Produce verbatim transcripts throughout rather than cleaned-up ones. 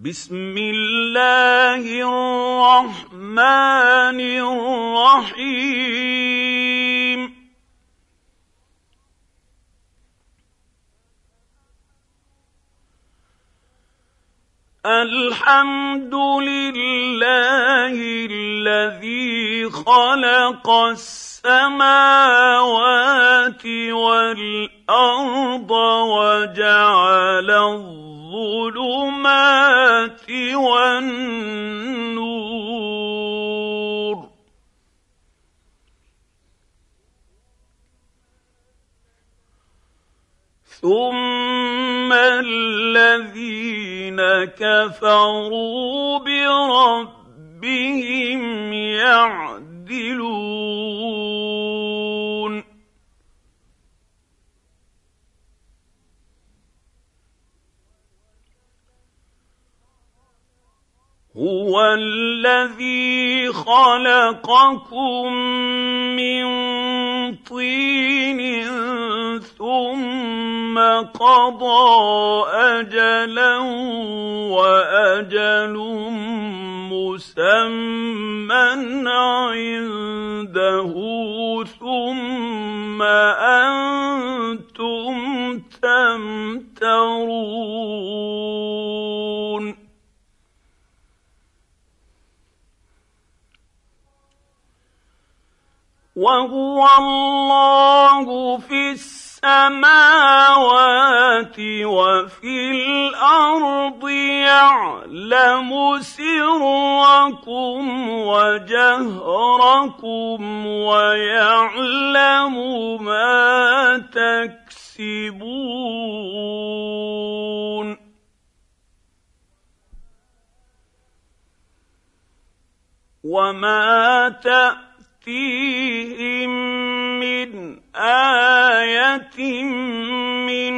بسم الله الرحمن الرحيم الحمد لله الذي خلق السماوات والأرض وجعل الظلمات والنور ثم الذين كفروا بربهم يعدلون هو الذي خلقكم من طين ثم قضى أجلا وأجل مسمى عنده ثم أنتم تمترون وهو الله في السماوات وفي الأرض يعلم سركم وجهركم ويعلم ما تكسبون وما تأتون فيهم من آية من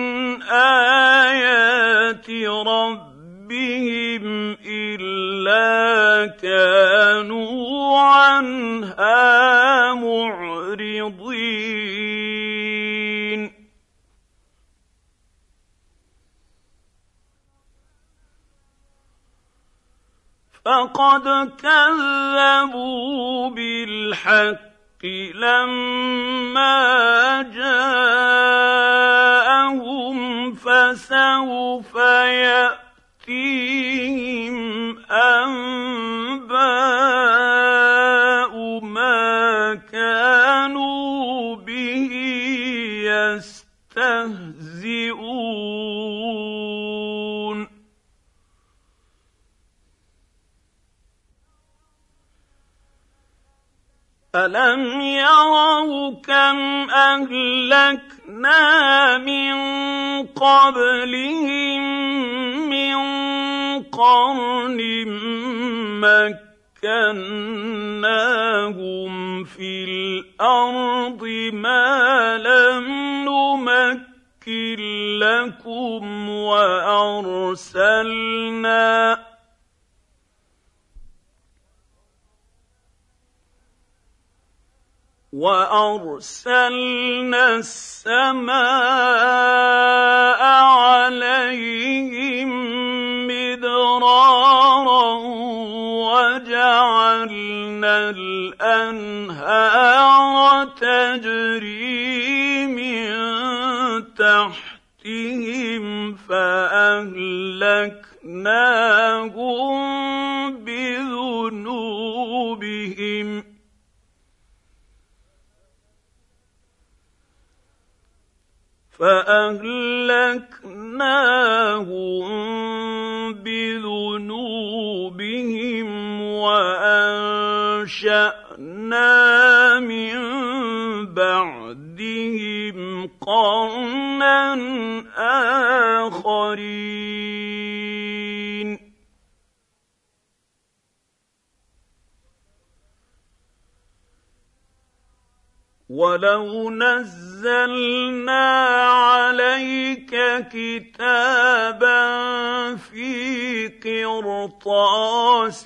آيات ربهم إلا كانوا عنها معرضين فقد كذبوا بالحق لما جاءهم فسوف يأتيهم أنباء ما كانوا به يستهزئون ألم يروا كم أهلكنا من قبلهم من قرن مكناهم في الأرض ما لم نمكن لكم وأرسلنا وأرسلنا السماء عليهم مدرارا وجعلنا الأنهار تجري من تحتهم فأهلكناهم بذنوبهم فأهلكناهم بذنوبهم وأنشأنا من بعدهم قرنا آخرين ولو نزلنا عليك كتابا في قرطاس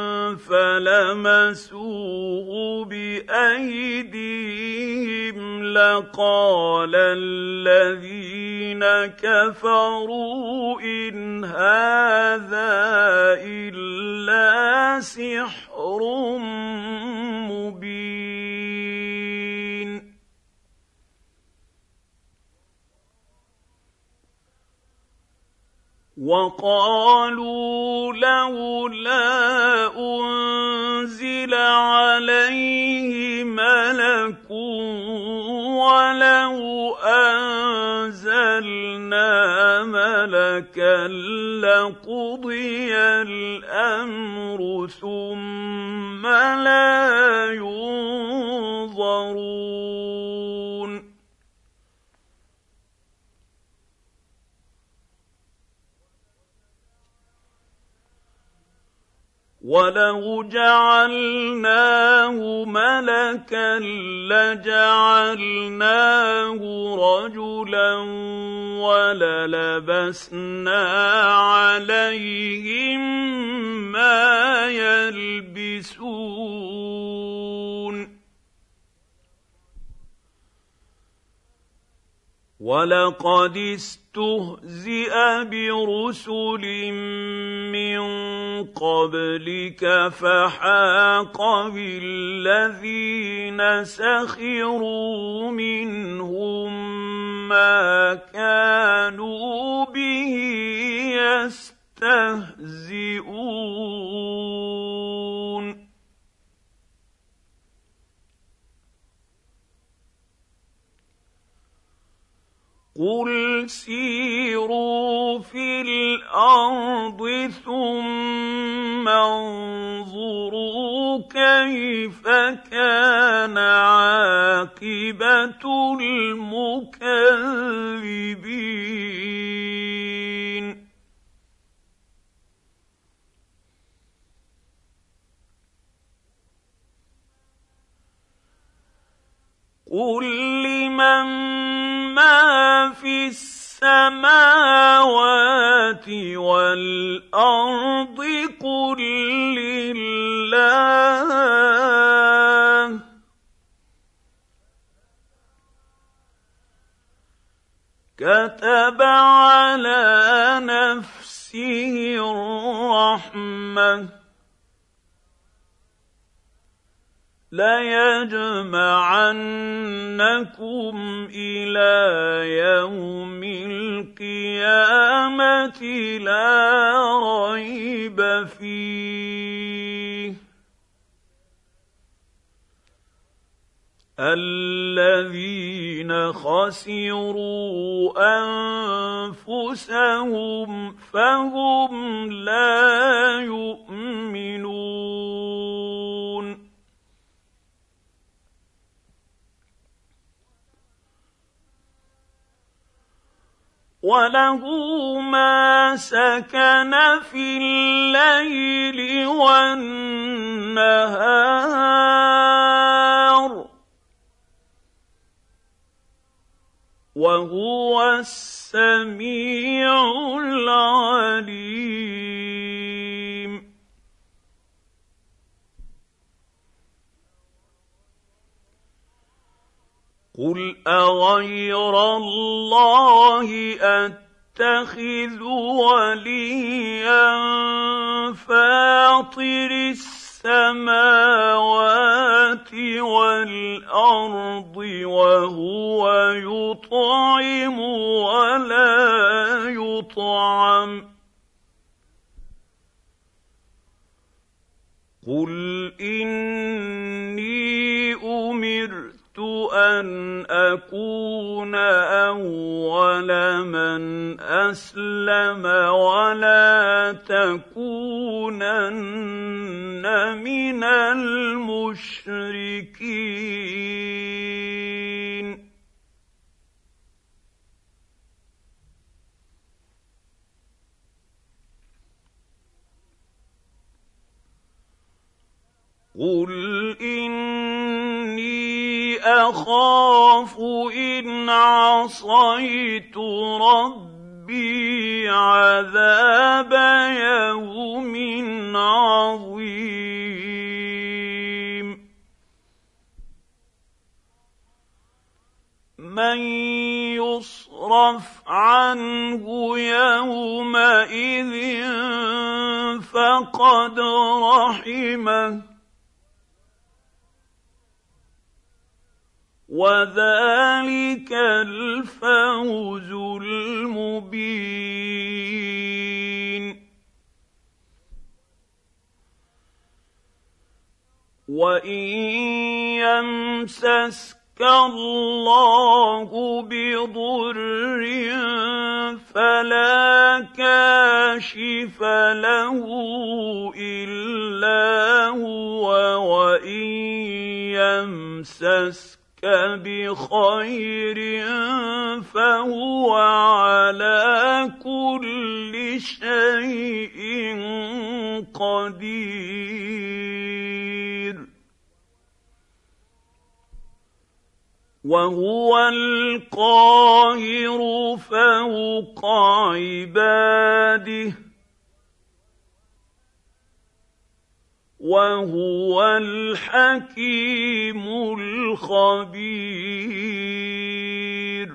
فلمسوه بأيديهم لقال الذين كفروا إن هذا إلا سحر مبين وقالوا لولا أنزل عليه ملك ولو أنزلنا ملكا لقضي الأمر ثم لا ينظرون ولو جعلناه ملكا لجعلناه رجلا وللبسنا عليهم ما يلبسون ولقد استهزئ برسل من قبلك فحاق بالذين سخروا منهم ما كانوا به يستهزئون قل سيروا في الأرض ثم انظروا كيف كان عاقبة المكذبين قل لمن ما في السماوات والأرض قل لله كتب على نفسه الرحمة ليجمعنكم إلى يوم القيامة لا ريب فيه الذين خسروا أنفسهم فهم لا يؤمنون وله ما سكن في الليل والنهار وهو السميع العليم قل أغير الله أتخذ وليا فاطر السماوات والأرض وهو يطعم ولا يطعم قل إني أمرت أن أكون أول من أسلم ولا تكونن من المشركين قل إني أخاف إن عصيت ربي عذاب يوم عظيم من يصرف عنه يومئذ فقد رحمه وذلك الفوز المبين. وإن يمسسك الله بضر فلا كاشف له إلا هو وإن يمسسك بخير فهو على كل شيء قدير. وهو القاهر فوق عباده وهو الحكيم الخبير.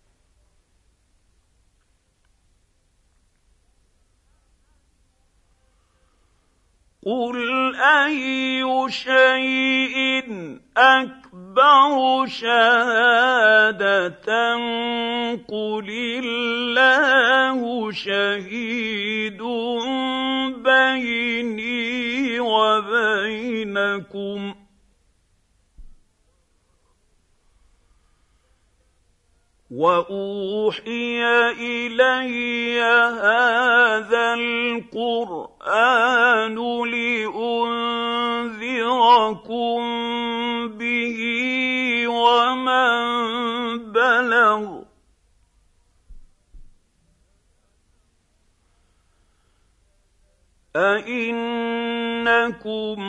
قل أي شيء أكبر شهادة قل الله شهيد بيني وبينكم وأوحي إلي هذا القرآن لأنذركم به ومن بلغ أئنكم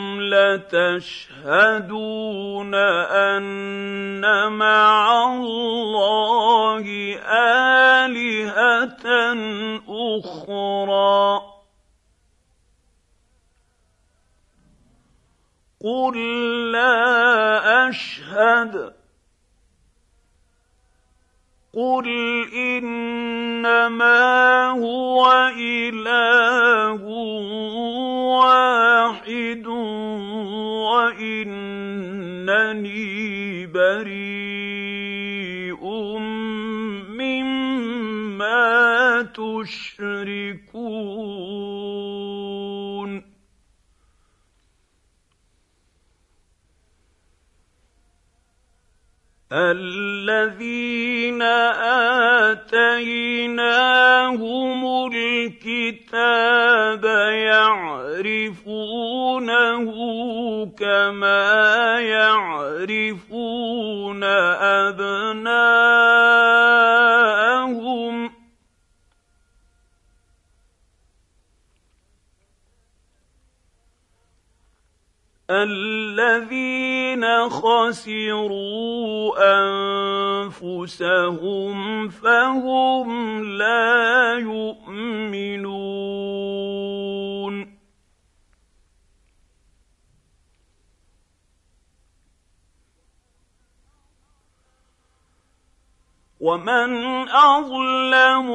لتشهدون أن مع الله آلهة أخرى قل لا أشهد قل إنما هو إله واحد وإنني بريء مما تشركون. الذين آتيناهم الكتاب يعرفونه كما يعرفون أبناءهم الذين خسروا أنفسهم فهم لا يؤمنون. ومن أظلم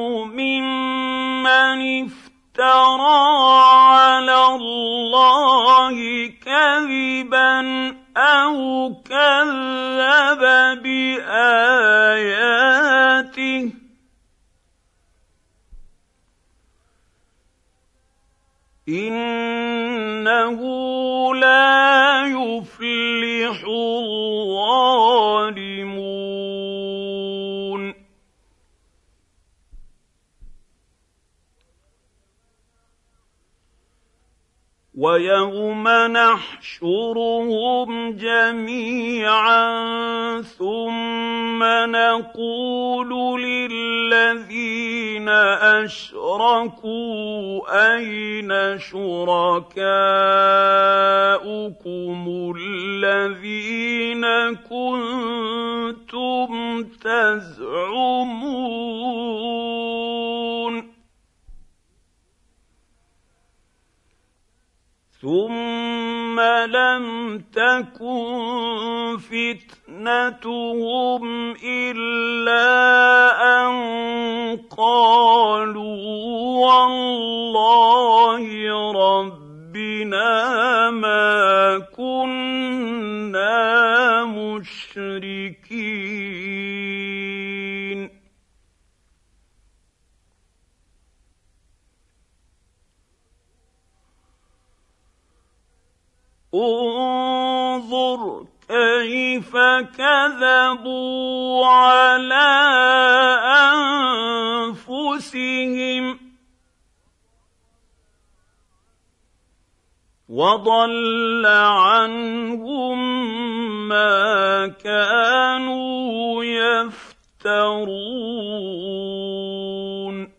ممن افترى على الله كذبا أو كذب بآياته إنه لا يفلح الظالمون. ويوم نحشرهم جميعا ثم نقول للذين أشركوا أين شركاؤكم الذين كنتم تزعمون ثم ثم لم تكن فتنتهم إلا أن قالوا والله ربنا ما كنا مشركين. انظر كيف كذبوا على أنفسهم وضل عنهم ما كانوا يفترون.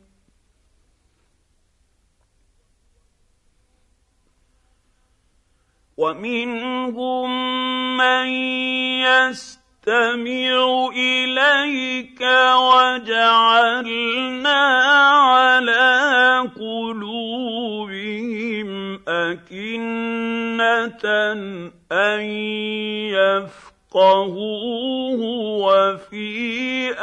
ومنهم من يستمع إليك وجعلنا على قلوبهم أكنة أن يفقهوه وفي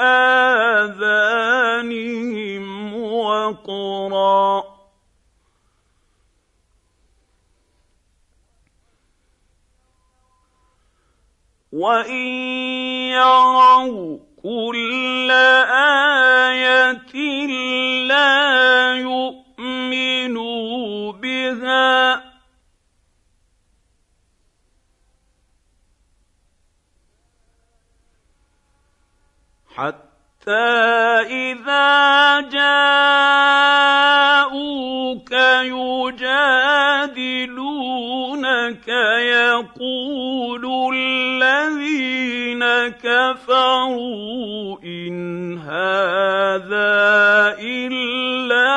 آذانهم وقرا وإن يروا كل آية لا يؤمنوا بها حتى إذا جاءوك يجادلونك يقول الذين كفروا إن هذا إلا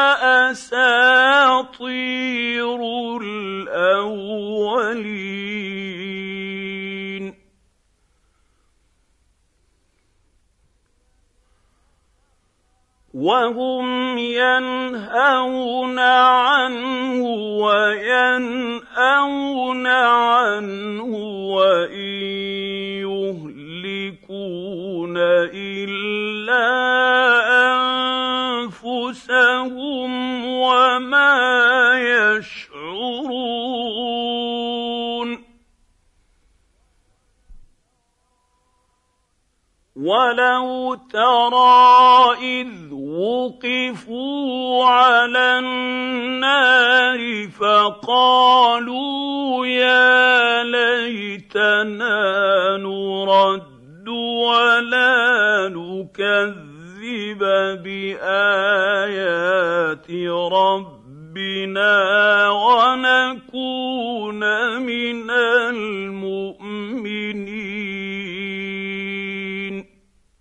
أساطير الأولين. وهم ينهون عنه وينأون عنه وإن يهلكون إلا أنفسهم وما يشعرون. ولو ترى إذ وقفوا على النار فقالوا يا ليتنا نرد ولا نكذب بآيات ربنا ونكون من المؤمنين.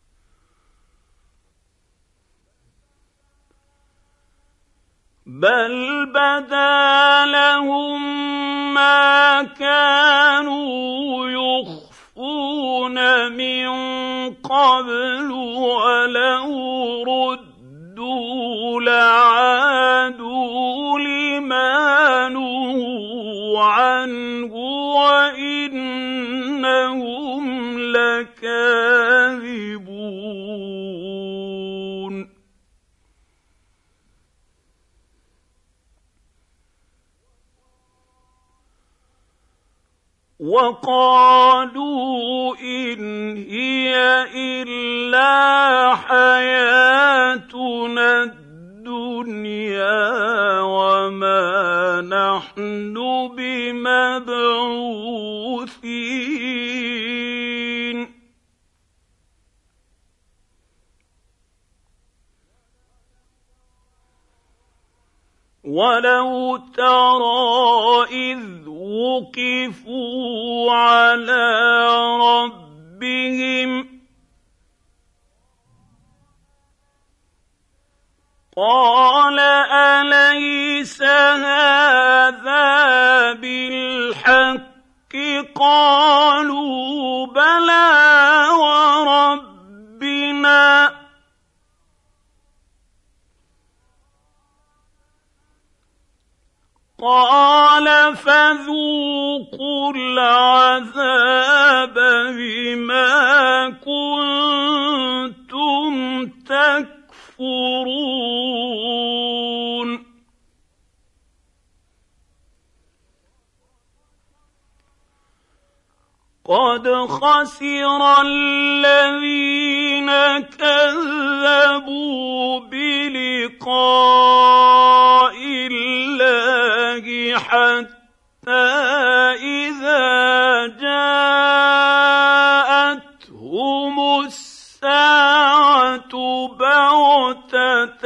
بل بدا لهم ما كانوا يخفون من قبل ولو ردوا لعادوا لما نهوا عنه وإنهم لكاذبون. وقالوا إن هي إلا حياتنا الدنيا وما نحن بمبعوثين. ولو ترى إذ وقفوا على ربهم قال أليس هذا بالحق قالوا بلى وربنا قال فذوقوا العذاب بما كنتم تكفرون قد خسر الذين كذبوا بلقاء الله حتى إذا جاءتهم الساعة بغتة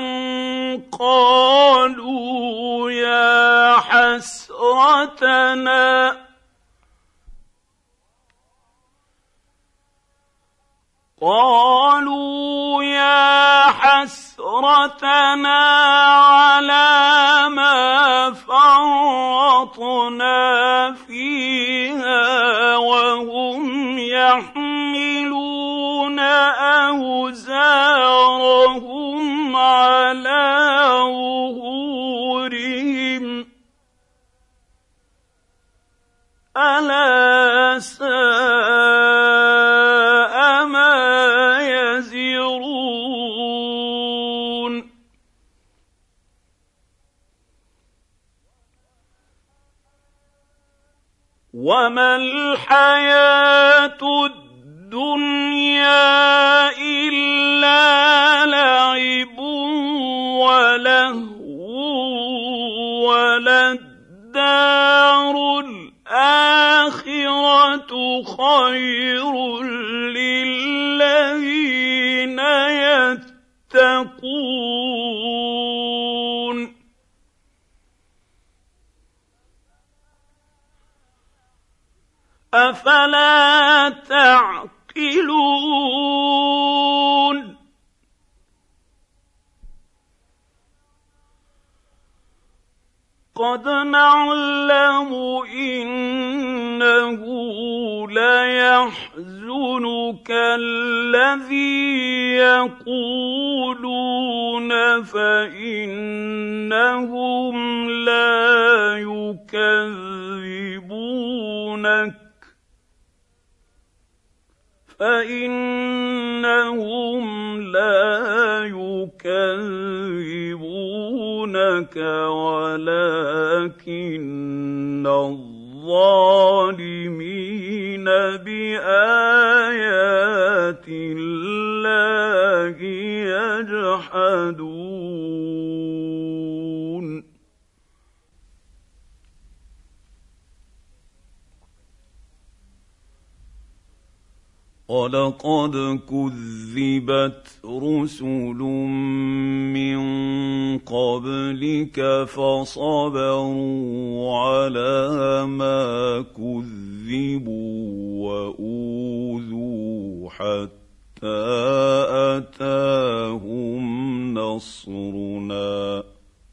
قالوا يا حسرتنا قالوا يا حسرتنا على ما فرطنا فيها وهم يحملون أوزارهم على ظهورهم ألا ساء ما يزرون وما الحياة الدنيا إلا لعب ولهو وللدار الآخرة خير للذين يتقون أفلا تعقلون قد نعلم إنه ليحزنك الذي يقولون فإنهم لا يكذبونك فإنهم لا يكذبونك ولكن الظالمين بآيات الله يجحدون ولقد كذبت رسل من قبلك فصبروا على ما كذبوا وأوذوا حتى أتاهم نصرنا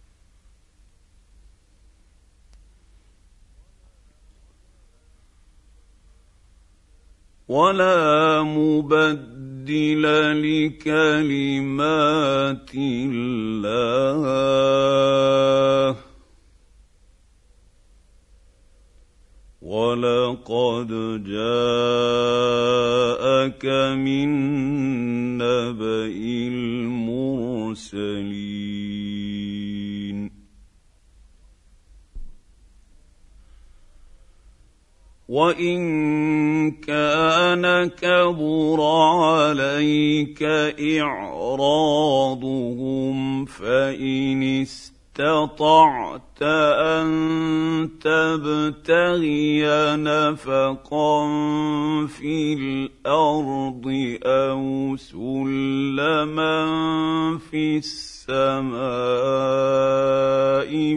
ولا مبدل لكلمات الله ولقد جاءك من نبأ المرسلين وإن كان كبر عليك إعراضهم فإن استطعت أن تبتغي نفقا في الأرض أو سلما في السماء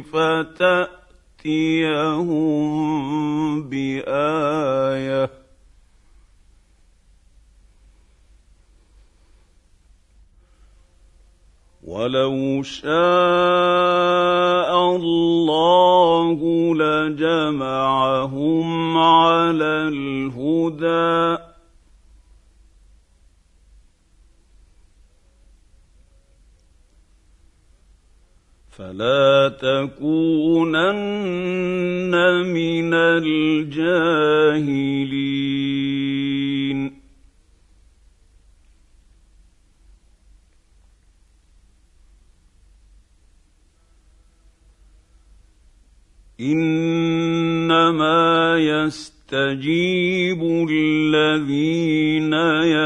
فتأتيهم بآية ولو شاء الله لجمعهم على الهدى فلا تكونن من الجاهلين. إنما يستجيب الذين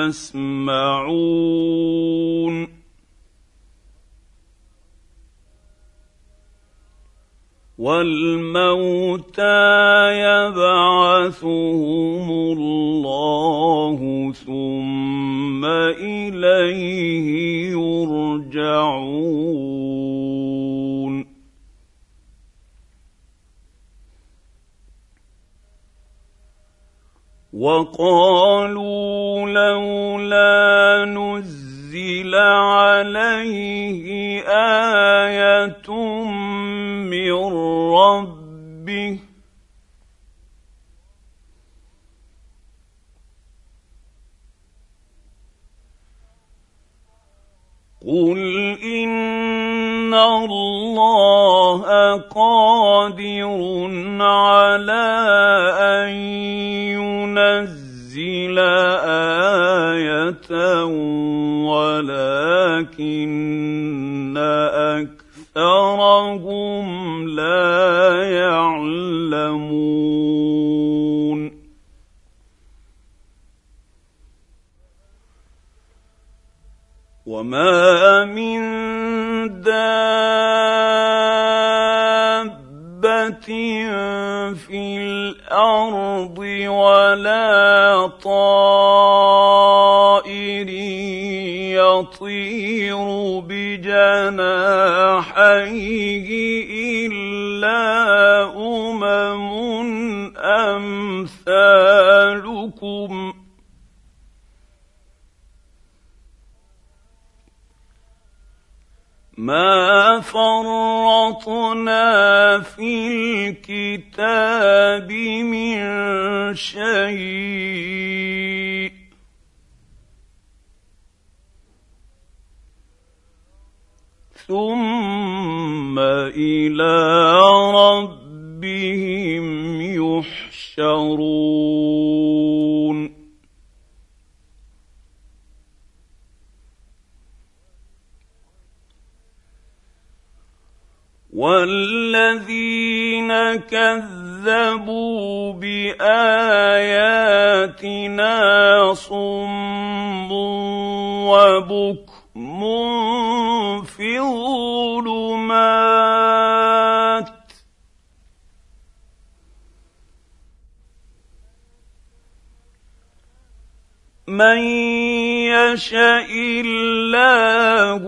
يسمعون والموتى يبعثهم الله ثم إليه يرجعون. وقالوا لولا نزل عليه آية من ربه قل إن الله قادر على أن ينزل آية ولكن أكثرهم لا يعلمون. وما من دابة في الأرض ولا طائر يطير بجناحيه إلا أمم أمثالكم ما فرطنا في الكتاب من شيء ثم إلى ربهم يحشرون. والذين كذبوا بآياتنا صم وبكم في الظلمات من يشاء الله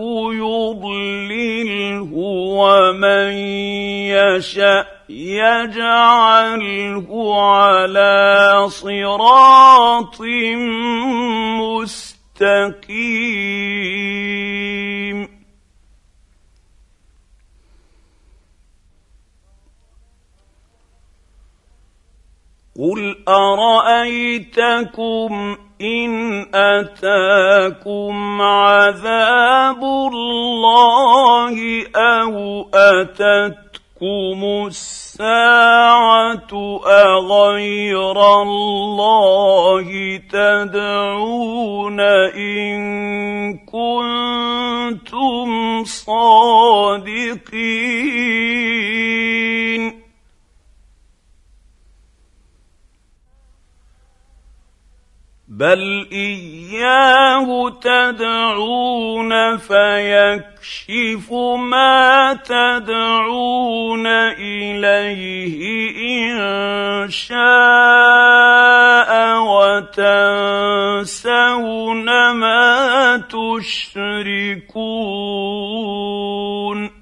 يضلله ومن يشاء يجعله على صراط مستقيم. قل أرأيتكم إن أتاكم عذاب الله أو أتتكم الساعة أغير الله تدعون إن كنتم صادقين. بل إياه تدعون فيكشف ما تدعون إليه إن شاء وتنسون ما تشركون.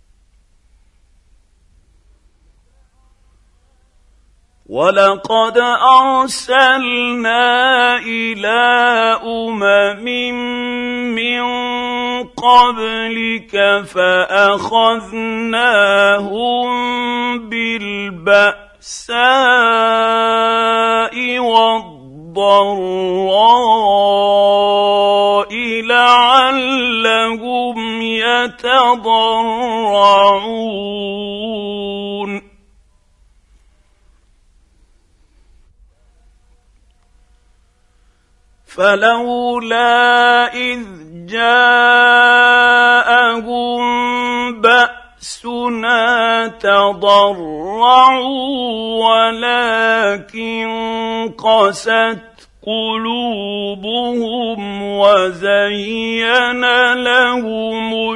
ولقد أرسلنا إلى أمم من قبلك فأخذناهم بالبأساء والضراء لعلهم يتضرعون فلولا إذ جاءهم بأسنا تضرعوا ولكن قست قلوبهم وزين لهم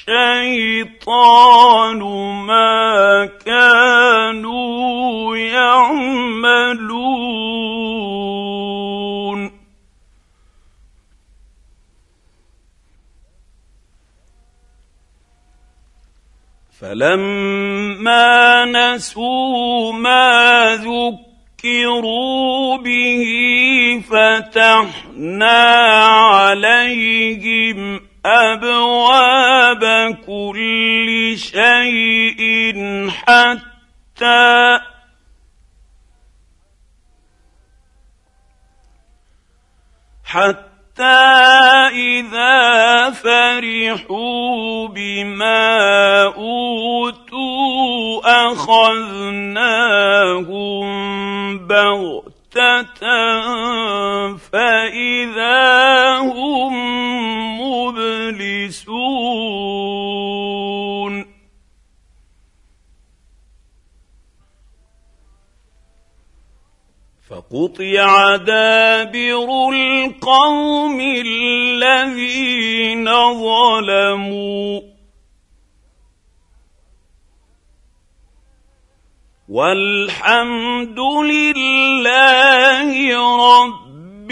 الشيطان ما كانوا يعملون فلما نسوا ما ذكروا به فتحنا عليهم أبواب كل شيء حتى حتى إذا فرحوا بما أوتوا أخذناهم بغتة فإذا هم مبلسون فقطع دابر القوم الذين ظلموا والحمد لله رب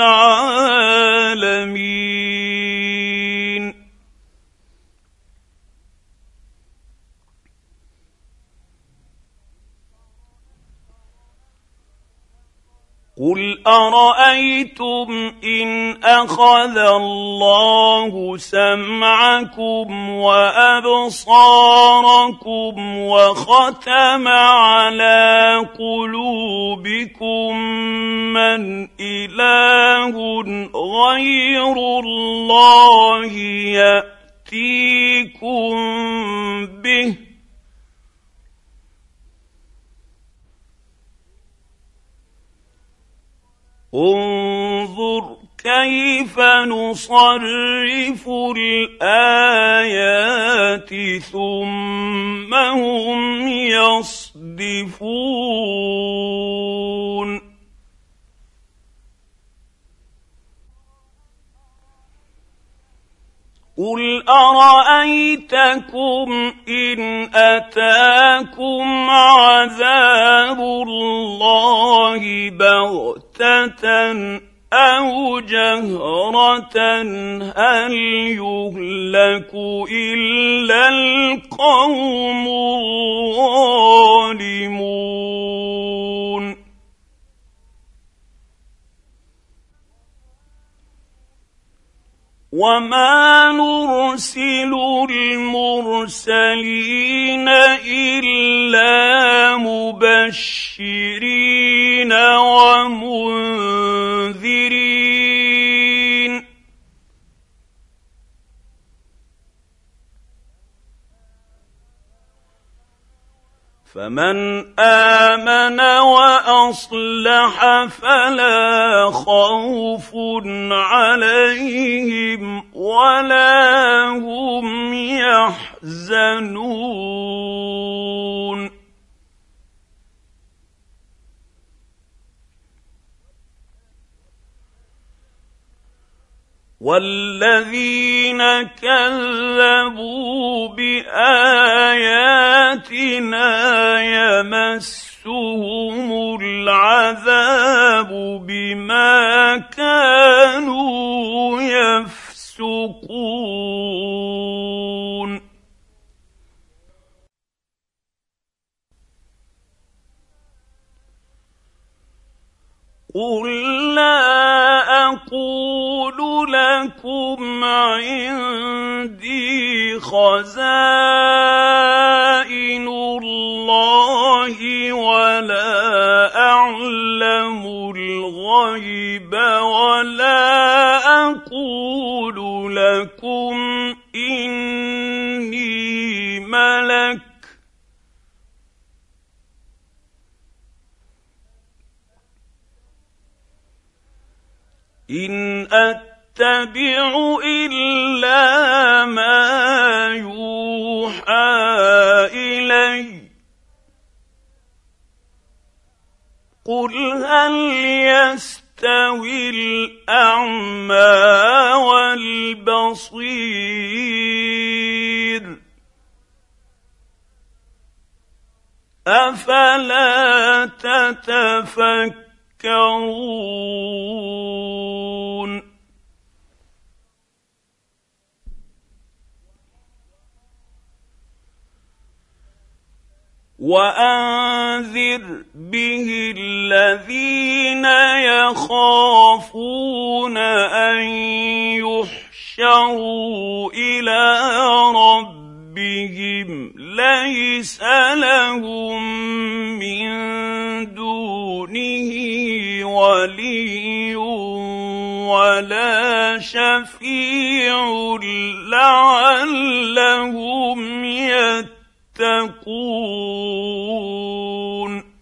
العالمين. قل أرأيتم إن أخذ الله سمعكم وأبصاركم وختم على قلوبكم من إله غير الله يأتيكم به انظر كيف نصرف الآيات ثم هم يصدفون قل أرأيتكم إن أتاكم عذاب الله بغتة أو جهرة هل يهلك إلا القوم الظالمون وما نرسل المرسلين إلا مبشرين ومنذرين فمن آمن وأصلح فلا خوف عليهم ولا هم يحزنون والذين كذبوا بآياتنا يمسهم العذاب بما كانوا يفسقون قل لا أقول لكم عندي خزائن الله ولا أعلم الغيب ولا أقول لكم لهم إني ملك إن أتبع إلا ما يوحى إلي قل هل يستوي الأعمى والبصير أفلا تتفكرون وأنذر به الذين يخافون أن يحشروا إلى ربهم ليس لهم من دونه ولي ولا شفيع لعلهم يتقون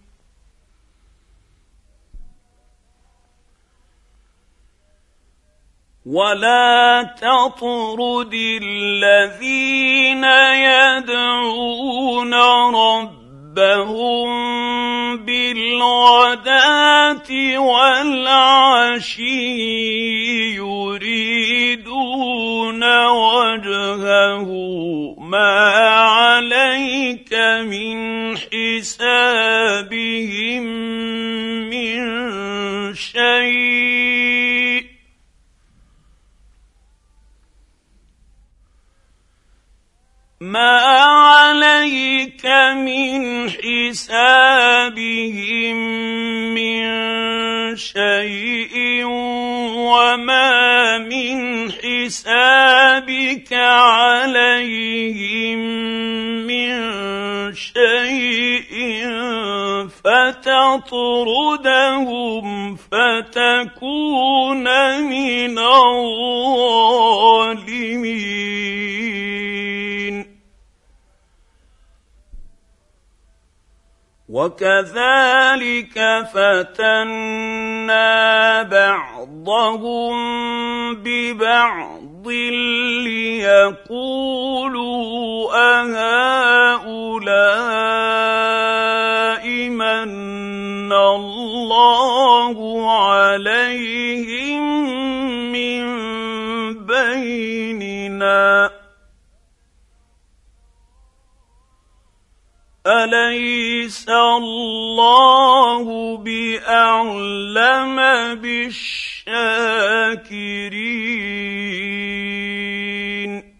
ولا تطرد الذين يدعون ربهم بالغداة والعشي يريدون وجهه ما عليك من حسابهم من شيء ما عليك من حسابهم من شيء وما من حسابك عليهم من شيء فتطردهم فتكون من الظالمين وكذلك فتنا بعضهم ببعض ليقولوا أهؤلاء من الله عليهم من بيننا أليس الله بأعلم بالشاكرين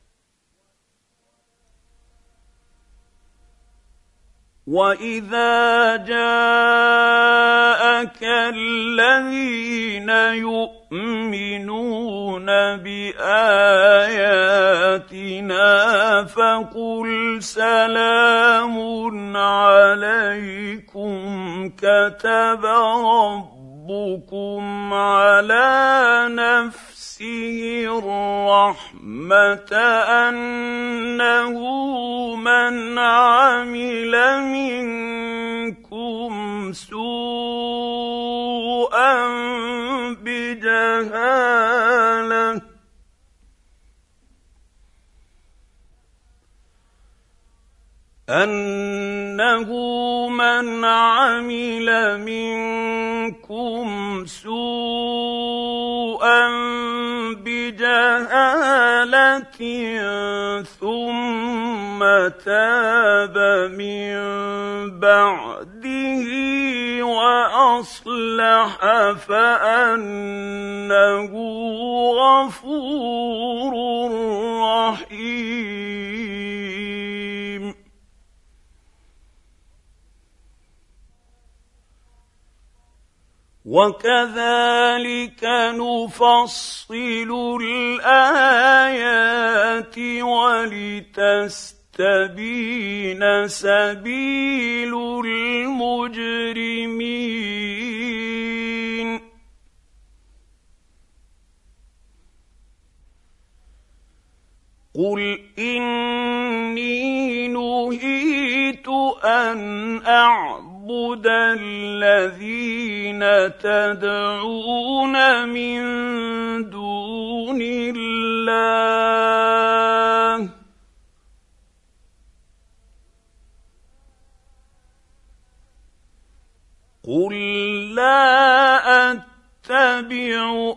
وإذا جاءك الذين يؤمنون بآياتنا فقل سلام عليكم كتب ربكم على نفسه الرحمة أنه من عمل منكم سوءا بجهالة أنه من عمل منكم سوءا بجهالة ثم تاب من بعده وأصلح فأنه غفور رحيم وكذلك نفصل الآيات ولتستبين سبيل المجرمين قل إني نهيت أن أعبد الذين تدعون من دون الله قل لا أتبع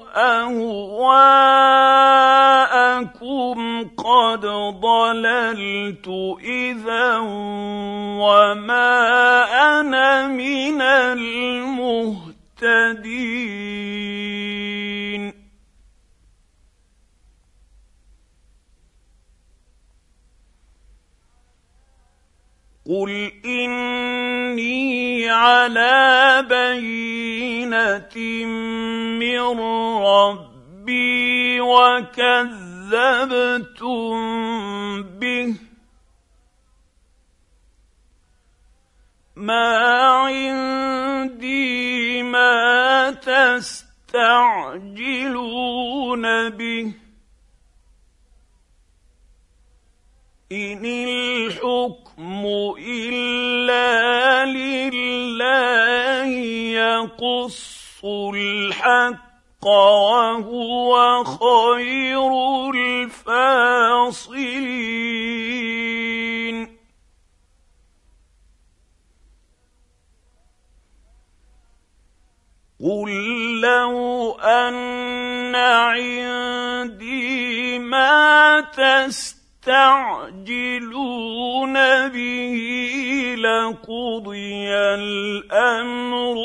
أهواءكم قد ضللت إذا وما أنا من المهتدين قل إني على بينة من ربي وكذبتم به ما عندي ما تستعجلون به إن الحكم إلا لله يقص الحق وهو خير الفاصلين قل لو أن عندي ما تستعجلون به لقضي الأمر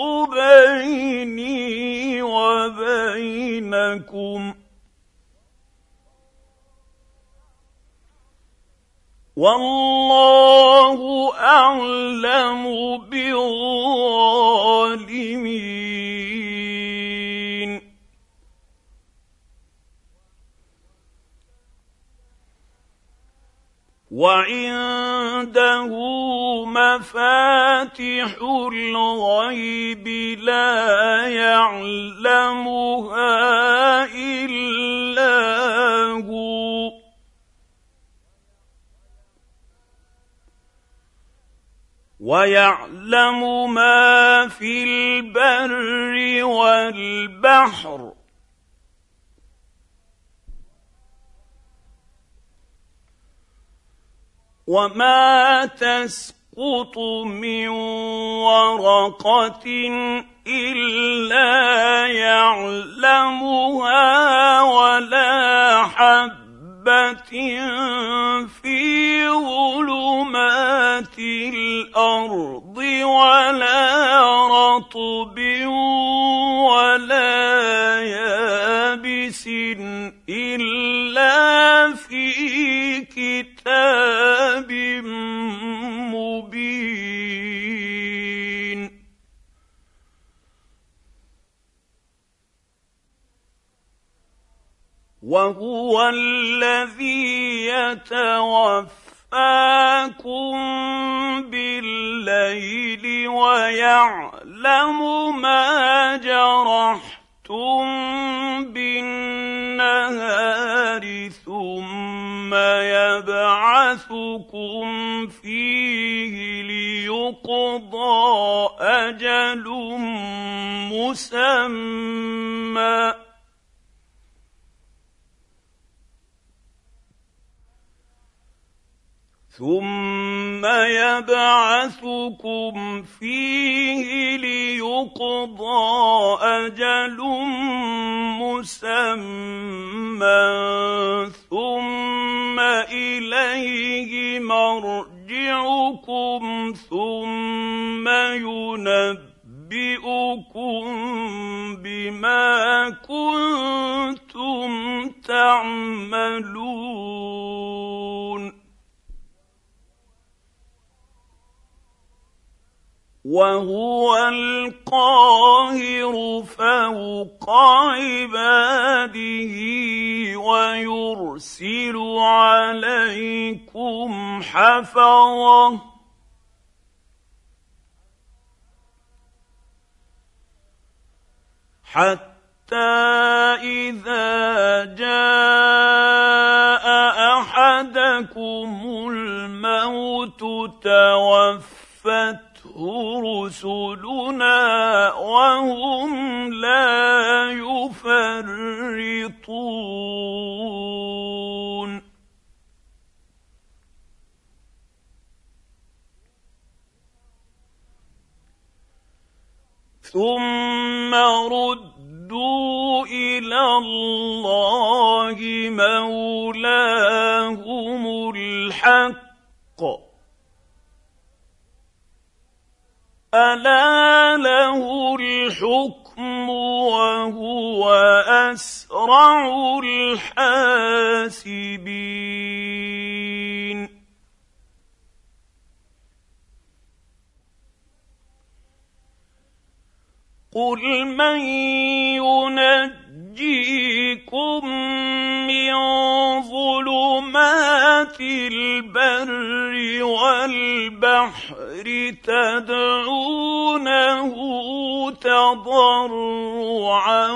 بيني وبينكم والله أعلم بالظالمين وعنده مفاتح الغيب لا يعلمها إلا هو ويعلم ما في البر والبحر وما تسقط من ورقة إلا يعلمها ولا حبة في ظلمات الأرض ولا رطب ولا يابس إلا في كتاب مبين وهو الذي يتوفاكم بالليل ويعلم ما جرحتم بالنهار ثم يبعثكم فيه ليقضى أجل مسمى ثم يبعثكم فيه ليقضى أجل مسمى ثم إليه مرجعكم ثم ينبئكم بما كنتم تعملون وهو القاهر فوق عباده ويرسل عليكم حفظة حتى إذا جاء أحد أَحَدَكُمُ الْمَوْتُ تَوَفَّتْهُ رُسُلُنَا وَهُمْ لَا يُفَرِّطُونَ ثُمَّ رُدُّوا إِلَى اللَّهِ مَوْلَاهُمُ الْحَقِّ أَلَا لَهُ الْحُكْمُ وَهُوَ أَسْرَعُ الْحَاسِبِينَ قُلْ مَن يُنَجِّيكُم مِّن ظُلُمَاتِ الْبَرِّ وَالْبَحْرِ تَدْعُونَهُ تَضَرُّعًا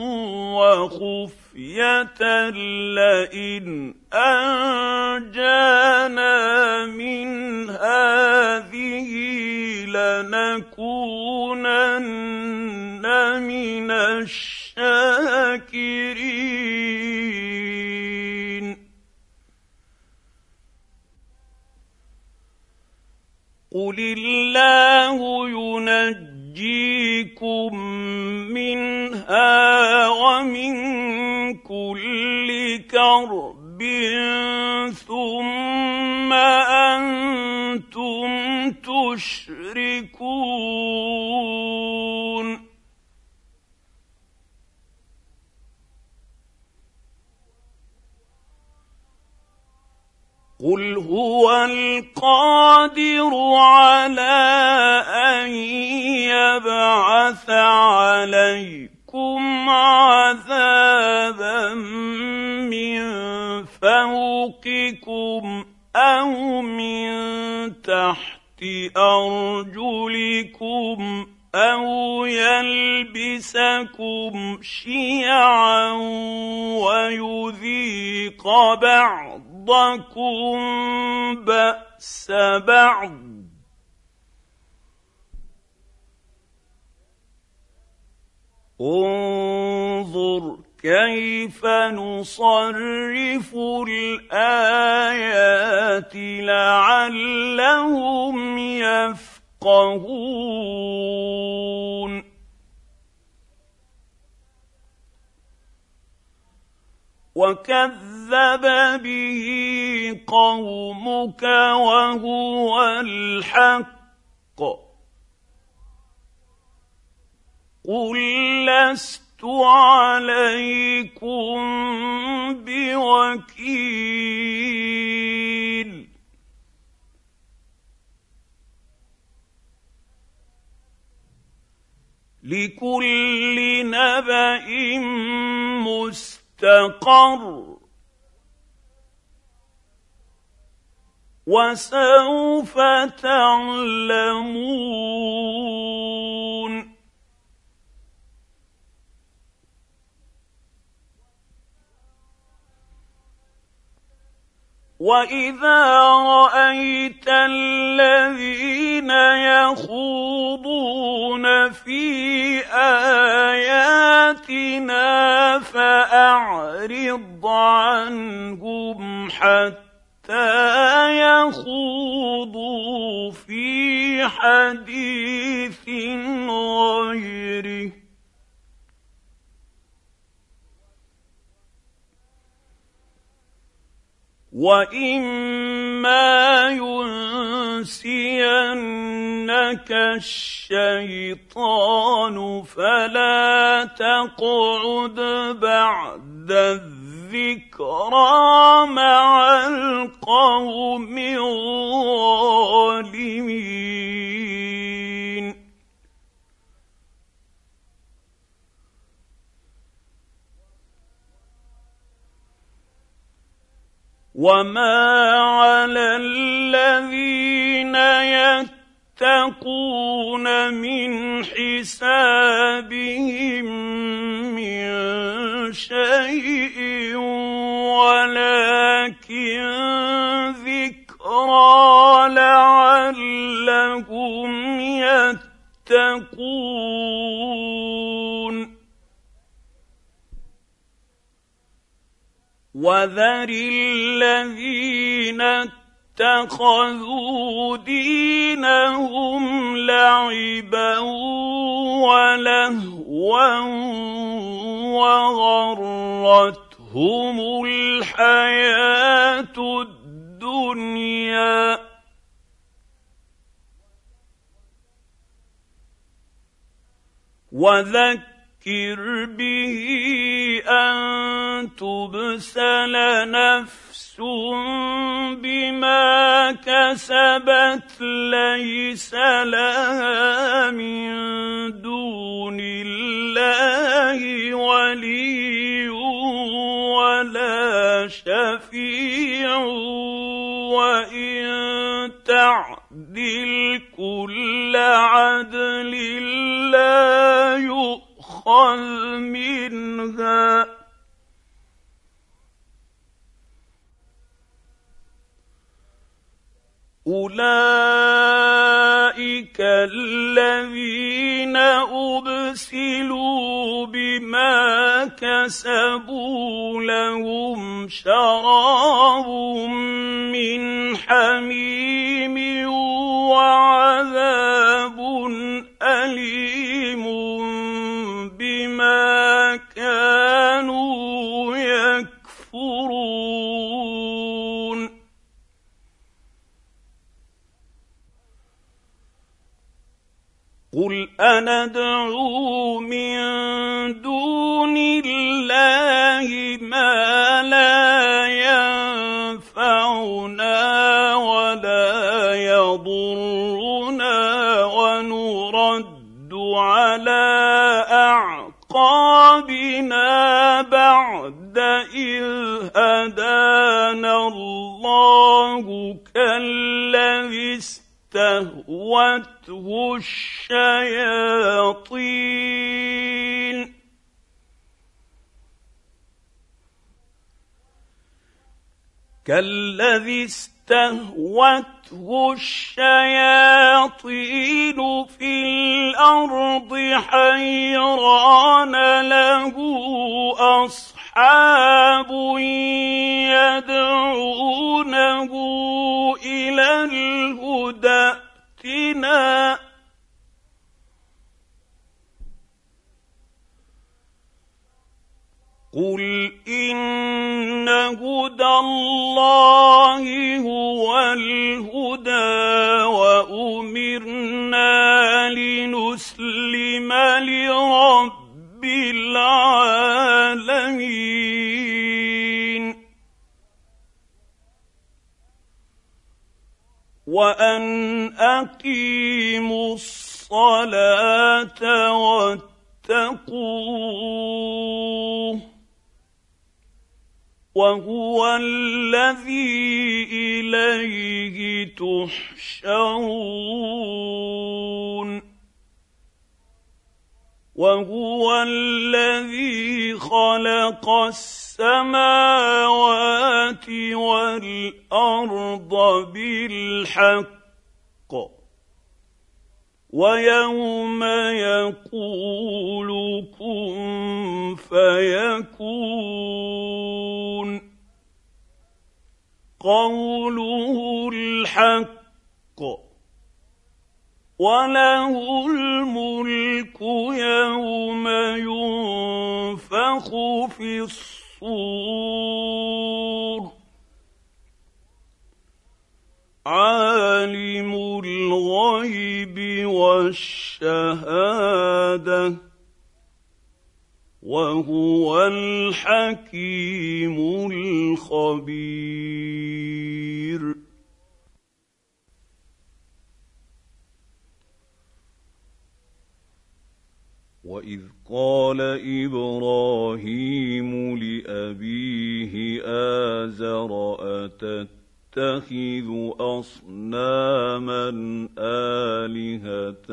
وَخُفْيَةً لَّئِنْ أَنجَانَا مِنْ هَٰذِهِ لَنَكُونَنَّ مِنَ الشَّاكِرِينَ قُلِ اللَّهُ يُنَجِّيكُم مِّنْهَا وَمِن كُلِّ كَرْبٍ ثُمَّ أَنتُمْ تُشْرِكُونَ قُلْ هُوَ الْقَادِرُ عَلَىٰ أَن يَبْعَثَ عَلَيْكُمْ عَذَابًا مِّن فَوْقِكُمْ أَوْ مِن تَحْتِ أَرْجُلِكُمْ أَوْ يَلْبِسَكُمْ شِيَعًا وَيُذِيقَ بَعْضَكُم بَأْسَ بَعْضٍ انظُرْ كَيْفَ نُصَرِّفُ الْآيَاتِ لَعَلَّهُمْ يَفْقَهُونَ وَكَذَّبَ بِهِ قَوْمُكَ وَهُوَ الْحَقُّ قُل لَّسْتُ عَلَيْكُم بِوَكِيلٍ لِكُلِّ نَبَإٍ مُّسْتَقَرٌّ وَسَوْفَ تَعْلَمُونَ وَإِذَا رَأَيْتَ الَّذِينَ يَخُوضُونَ فِي آيَاتِنَا فَأَعْرِضْ عَنْهُمْ حَتَّىٰ يَخُوضُوا فِي حَدِيثٍ غَيْرِهِ وَإِمَّا يُنسِيَنَّكَ الشَّيْطَانُ فَلَا تَقْعُدْ بَعْدَ الذِّكْرَىٰ مَعَ الْقَوْمِ الظَّالِمِينَ وَمَا عَلَى الَّذِينَ يَتَّقُونَ مِنْ حِسَابِهِم مِّن شَيْءٍ وَلَٰكِن وذر الذين اتخذوا دينهم لعبا ولهوا وغرتهم الحياة الدنيا وذكر به أن تبسل نفس بما كسبت ليس لها من دون الله ولي ولا شفيع وإن تعدل كل عدل لا يؤخذ منها أولئك الذين أبسلوا بما كسبوا لهم شراب من حميم وعذاب أليم بما كانوا يكفرون قل أندعو من دون الله ما لا ينفعنا ولا يضرنا ونرد على أعقابنا بعد إذ هدانا الله كالذي استهوته الشياطين كالذي استهوته الشياطين في الأرض حيران له أصحاب يدعونه إلى الهدى ائتنا قل إن هدى الله هو الهدى وأمرنا لنسلم لرب العالمين وأن أقيموا الصلاة واتقوه وهو الذي إليه تحشرون وهو الذي خلق السماوات والأرض بالحق ويوم يقول كن فيكون قوله الحق وله الملك يوم ينفخ في الصور عالم الغيب والشهادة وهو الحكيم الخبير وإذ قال إبراهيم لأبيه آزر أتتخذ أصناما آلهة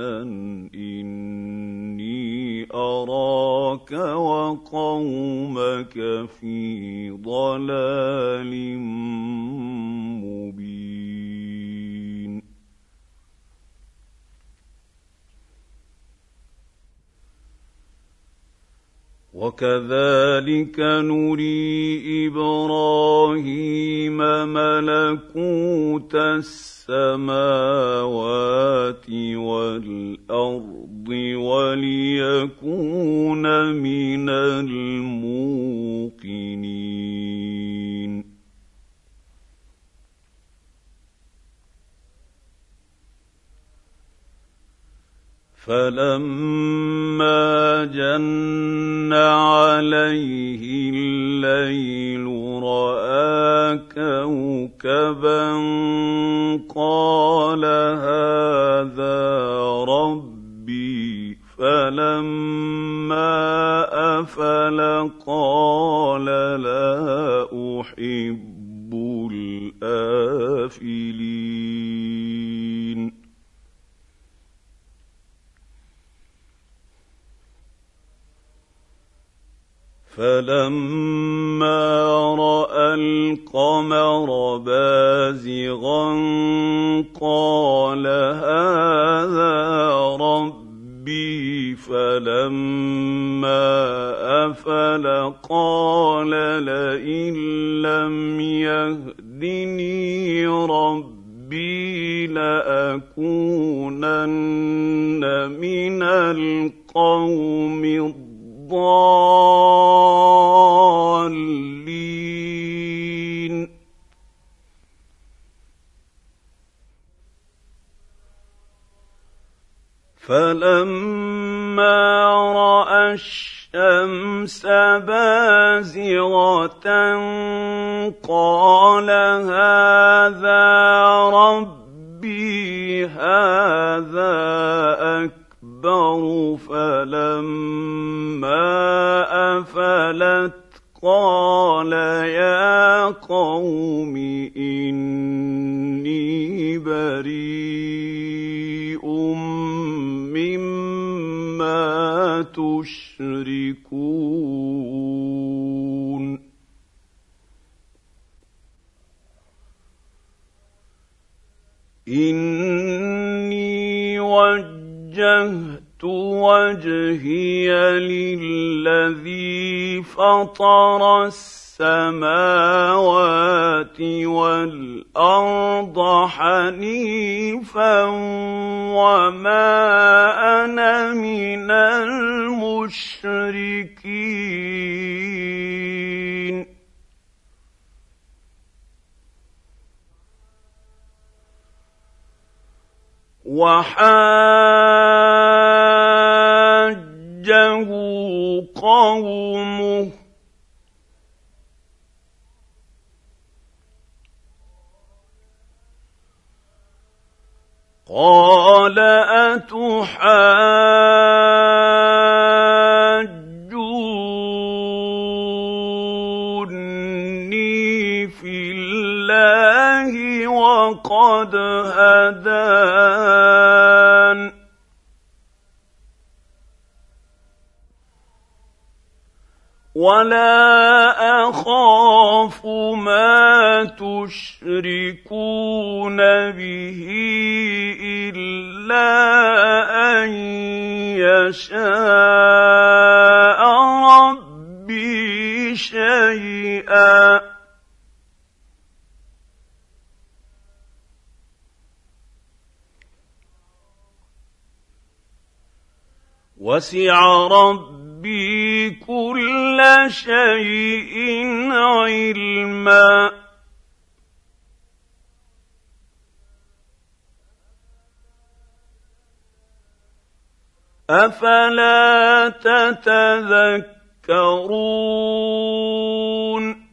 إني أراك وقومك في ضلال مبين وكذلك نري إبراهيم ملكوت السماوات والأرض وليكون من الموقنين فلما جن عليه الليل رأى كوكبا قال هذا ربي فلما أفل قال لا أحب الآفلين فلما رأى القمر بازغا قال هذا ربي فلما أفل قال لئن لم يهدني ربي لأكونن من القوم الضالين فلما رأى الشمس بازغة قال هذا ربي هذا أكبر فلما أفلت قال يا قوم إني بريء مما تشركون إني وجهت وجهي للذي فطر السماوات والأرض حنيفا وما أنا من المشركين وحاجه قومه قال أتحاجوني في الله وقد هدان ولا أخاف ما تشركون به إلا أن يشاء ربي شيئا وسع ربي كل شيء علما أفلا تتذكرون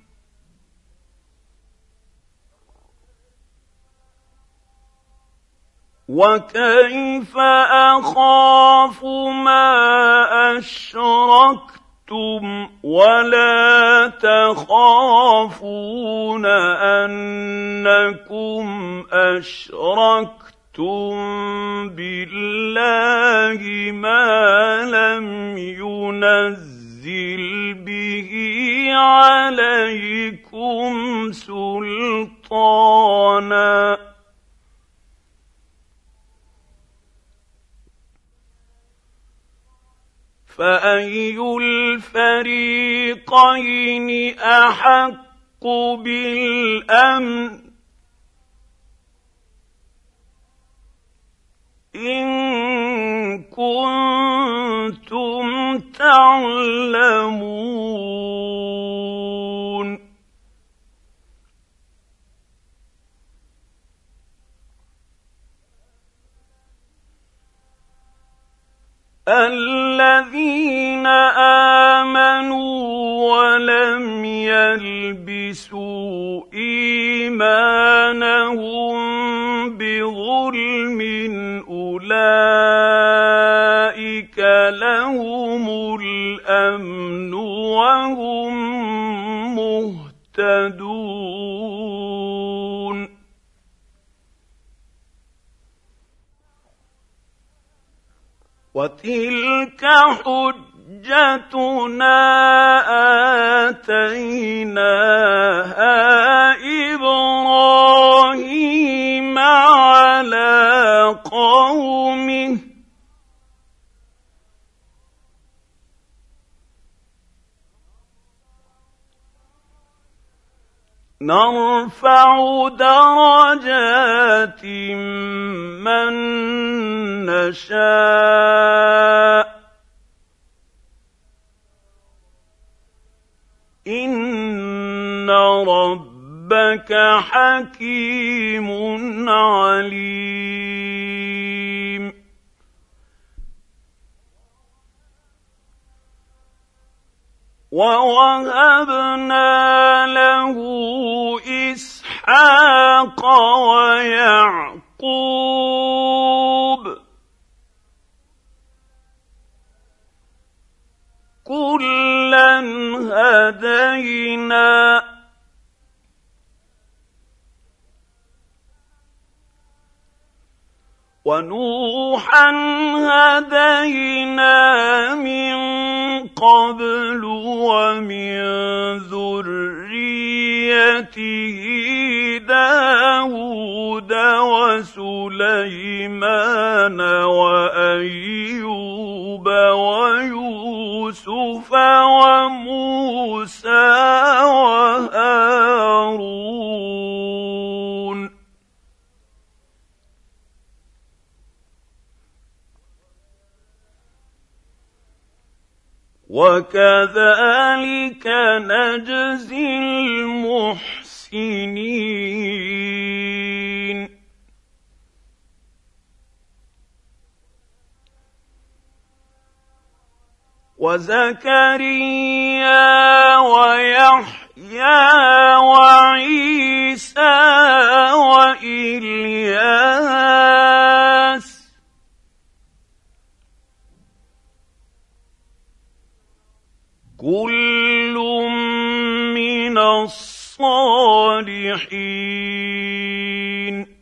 وكيف أخاف ما أشركتم ولا تخافون أنكم أشركتم بالله ما لم ينزل به عليكم سلطانا فأي الفريقين أحق بالأمن إن كنتم تعلمون. الذين آمنوا ولم يلبسوا إيمانهم بظلم أولئك لهم الأمن وهم مهتدون. وتلك حجتنا آتيناها إبراهيم على قومه نرفع درجات من نشاء إن ربك حكيم عليم. ووهبنا له إسحاق ويعقوب كلا هدينا ونوحا هدينا من قبل ومن ذريته داود وسليمان وأيوب ويوسف وموسى وهارون وكذلك نجزي المحسنين. وزكريا ويحيى وعيسى وإلياس كل من الصالحين.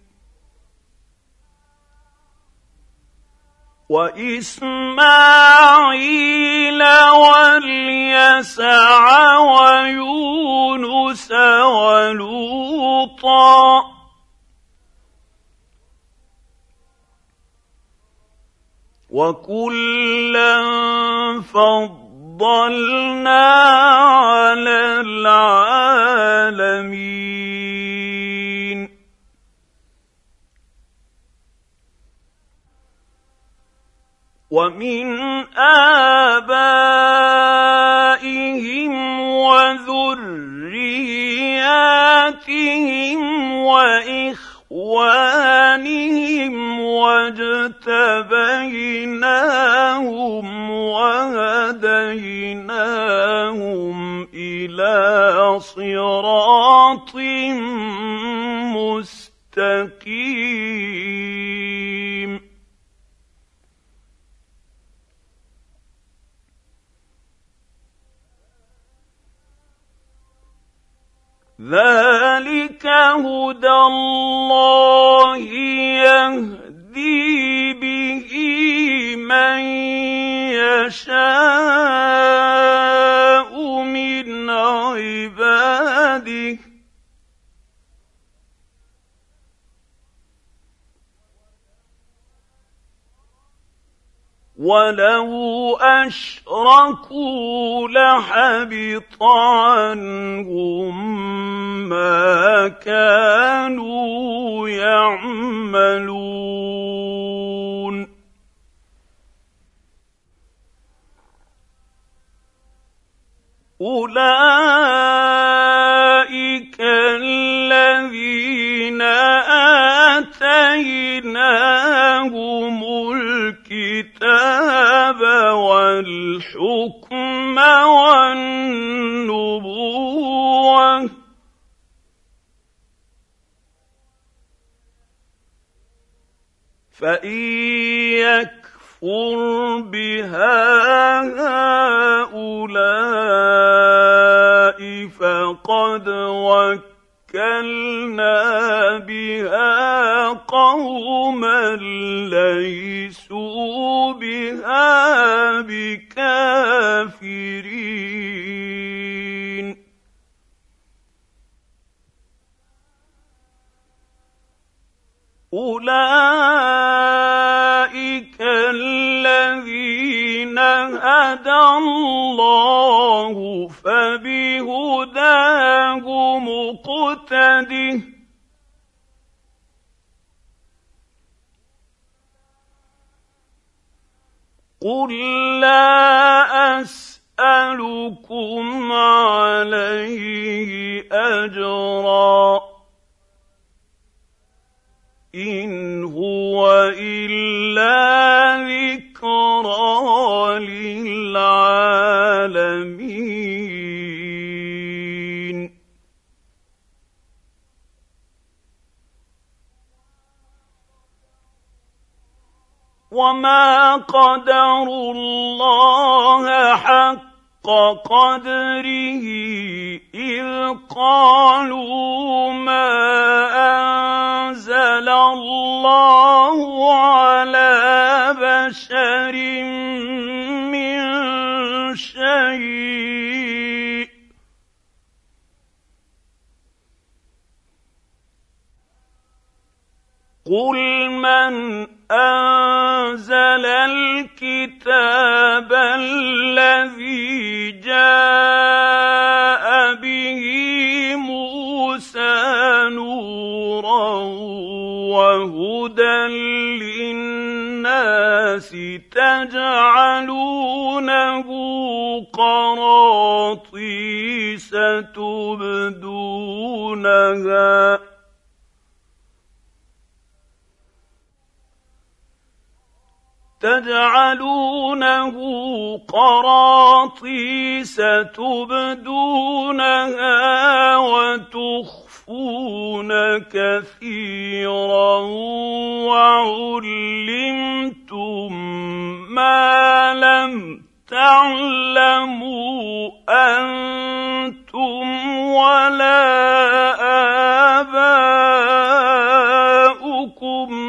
وإسماعيل واليسع ويونس ولوطا وكلا فضلنا على العالمين. ومن آبائهم وذرياتهم وإخوانهم واجتبيناهم وهديناهم إلى صراط مستقيم. ذلك هدى الله يهدي به من يشاء من عباده وَلَوْ أَشْرَكُوا لَحَبِطَ عَنْهُم مَّا كَانُوا يَعْمَلُونَ أُولَٰئِكَ الَّذِينَ آتَيْنَاهُمُ الْكِتَابَ وَالْحُكْمَ وَالنُّبُوَّةَ ۚ فَإِن يَكْفُرْ بِهَا هَٰؤُلَاءِ فَقَدْ وَكَّلْنَا بِهَا قَوْمًا لَّيْسُوا بِهَا بِكَافِرِينَ أُولَٰئِكَ الَّذِينَ هَدَى اللَّهُ فَبِهُدَاهُ مُقْتَدِهْ ۗ قُل لَّا أَسْأَلُكُمْ عَلَيْهِ أَجْرًا ۖ إِنْ هُوَ إِلَّا ذِكْرَىٰ لِلْعَالَمِينَ وَمَا قَدَرُوا اللَّهَ حَقَّ قَدْرِهِ إِذْ قَالُوا مَا أَنزَلَ اللَّهُ عَلَىٰ بَشَرٍ مِّن شَيْءٍ ۗ قُلْ مَنْ أَنزَلَ الْكِتَابَ الَّذِي جَاءَ بِهِ مُوسَىٰ نُورًا وَهُدًى لِّلنَّاسِ تَجْعَلُونَهُ قَرَاطِيسَ تُبْدُونَهَا تجعلونه قراطيس تبدونها وتخفون كثيرا وعلمتم ما لم تعلموا أنتم ولا آباؤكم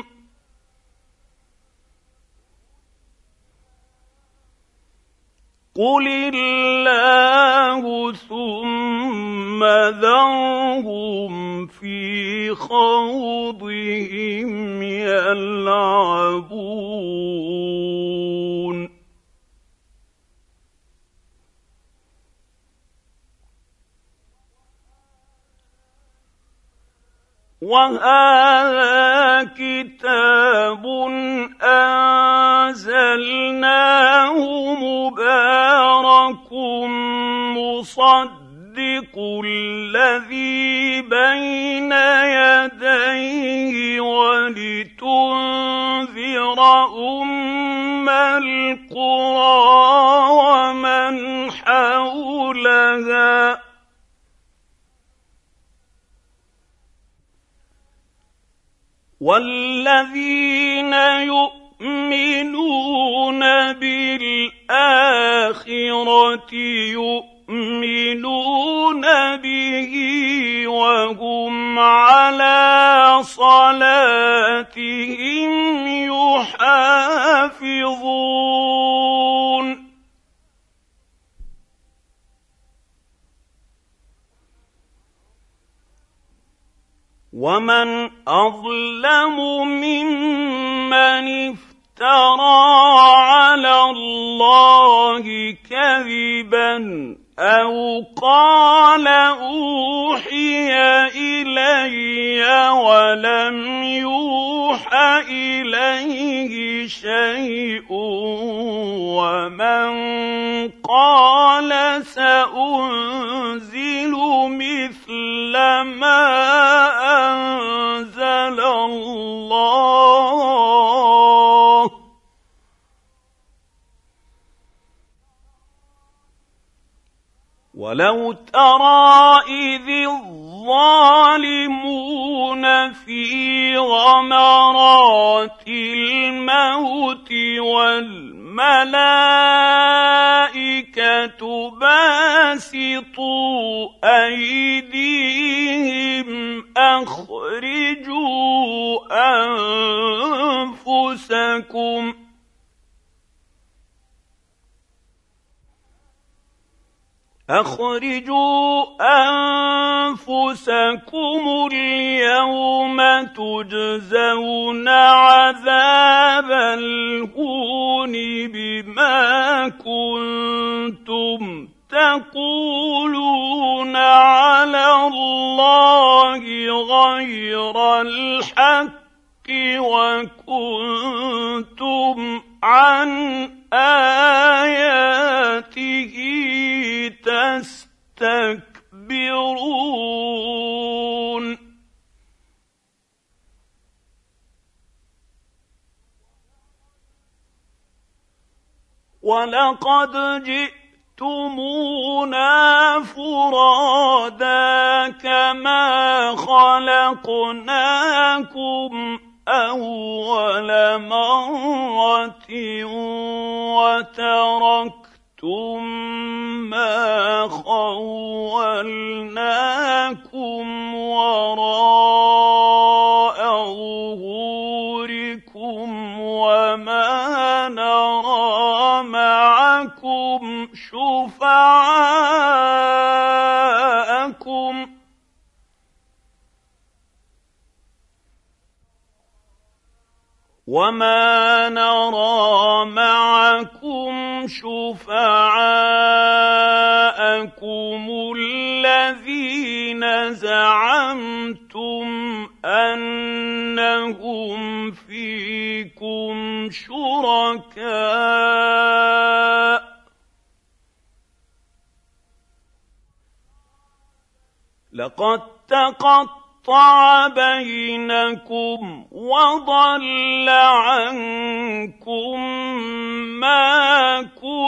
قُلِ اللَّهُ ثُمَّ ذَرْهُمْ فِي خَوْضِهِمْ يَلْعَبُونَ وَهَٰذَا كِتَابٌ أَنزَلْنَاهُ مُبَارَكٌ مُّصَدِّقُ الَّذِي بَيْنَ يَدَيْهِ وَلِتُنذِرَ أُمَّ الْقُرَىٰ وَمَنْ حَوْلَهَا ۚ وَالَّذِينَ يُؤْمِنُونَ بِالْآخِرَةِ يُؤْمِنُونَ بِهِ وَهُمْ عَلَىٰ صَلَاتِهِمْ يُحَافِظُونَ وَمَنْ أَظْلَمُ مِمَّنِ افْتَرَىٰ على الله كذبا أو قال أوحي إلي ولم يوح إليه شيء ومن قال سأنزل مثل ما أنزل الله ولو ترى إذ الظالمون في غمرات الموت والملائكة باسطوا أيديهم أخرجوا أنفسكم أخرجوا أنفسكم اليوم تجزون عذاب الهون بما كنتم تقولون على الله غير الحق وكنتم عن آياته تستكبرون ولقد جئتمونا فرادا كما خلقناكم أول مرة وتركتم ما خولناكم وراء ظهوركم وما نرى معكم شفعاءكم وما نرى معكم شفعاءكم الذين زعمتم أنهم فيكم شركاء لقد تقطع قطع بينكم وضل عنكم ما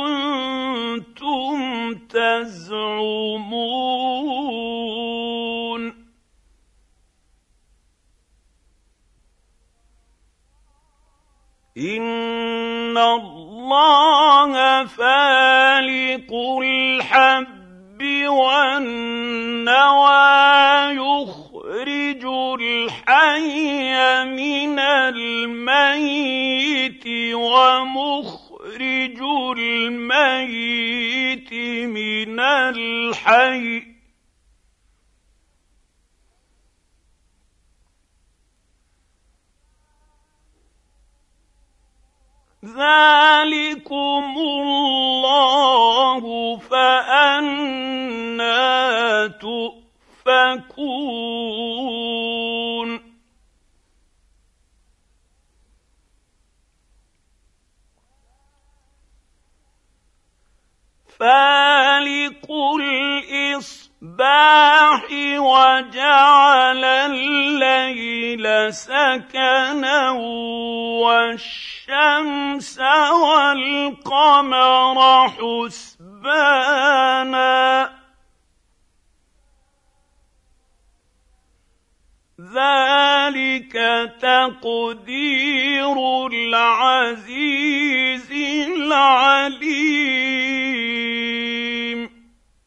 كنتم تزعمون إن الله فالق الحب والنوى يخرج الحي من الميت ومخرج الميت من الحي ذلكم الله فأنى تؤفكون فالق الإصباح وجعل الليل سكنا والشمس والقمر حسبانا ذلك تقدير العزيز العليم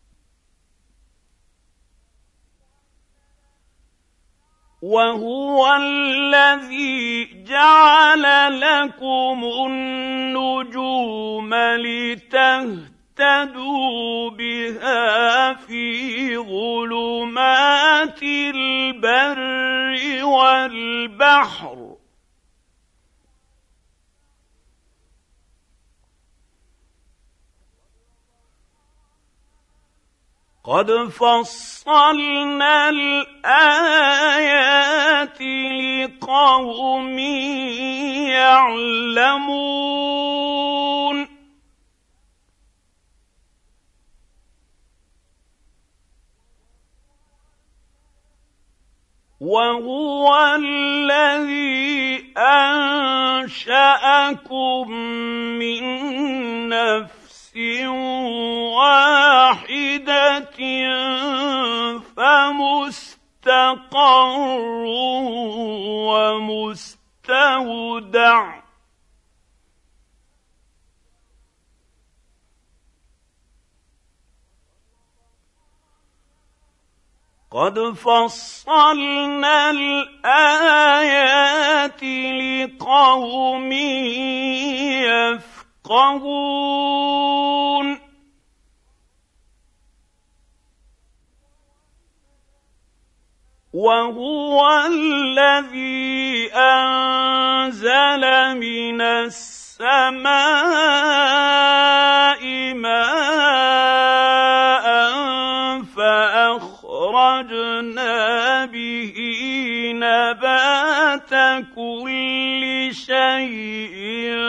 وهو الذي جعل لكم النجوم لتهتدوا بها في ظلمات البر والبحر قد فصلنا الآيات لقوم يعلمون وهو الذي أنشأكم من نفس واحدة فمستقر ومستودع قد فصلنا الآيات لقوم يفقهون وهو الذي أنزل من السماء ماء فأخرجنا به نبات كل شيء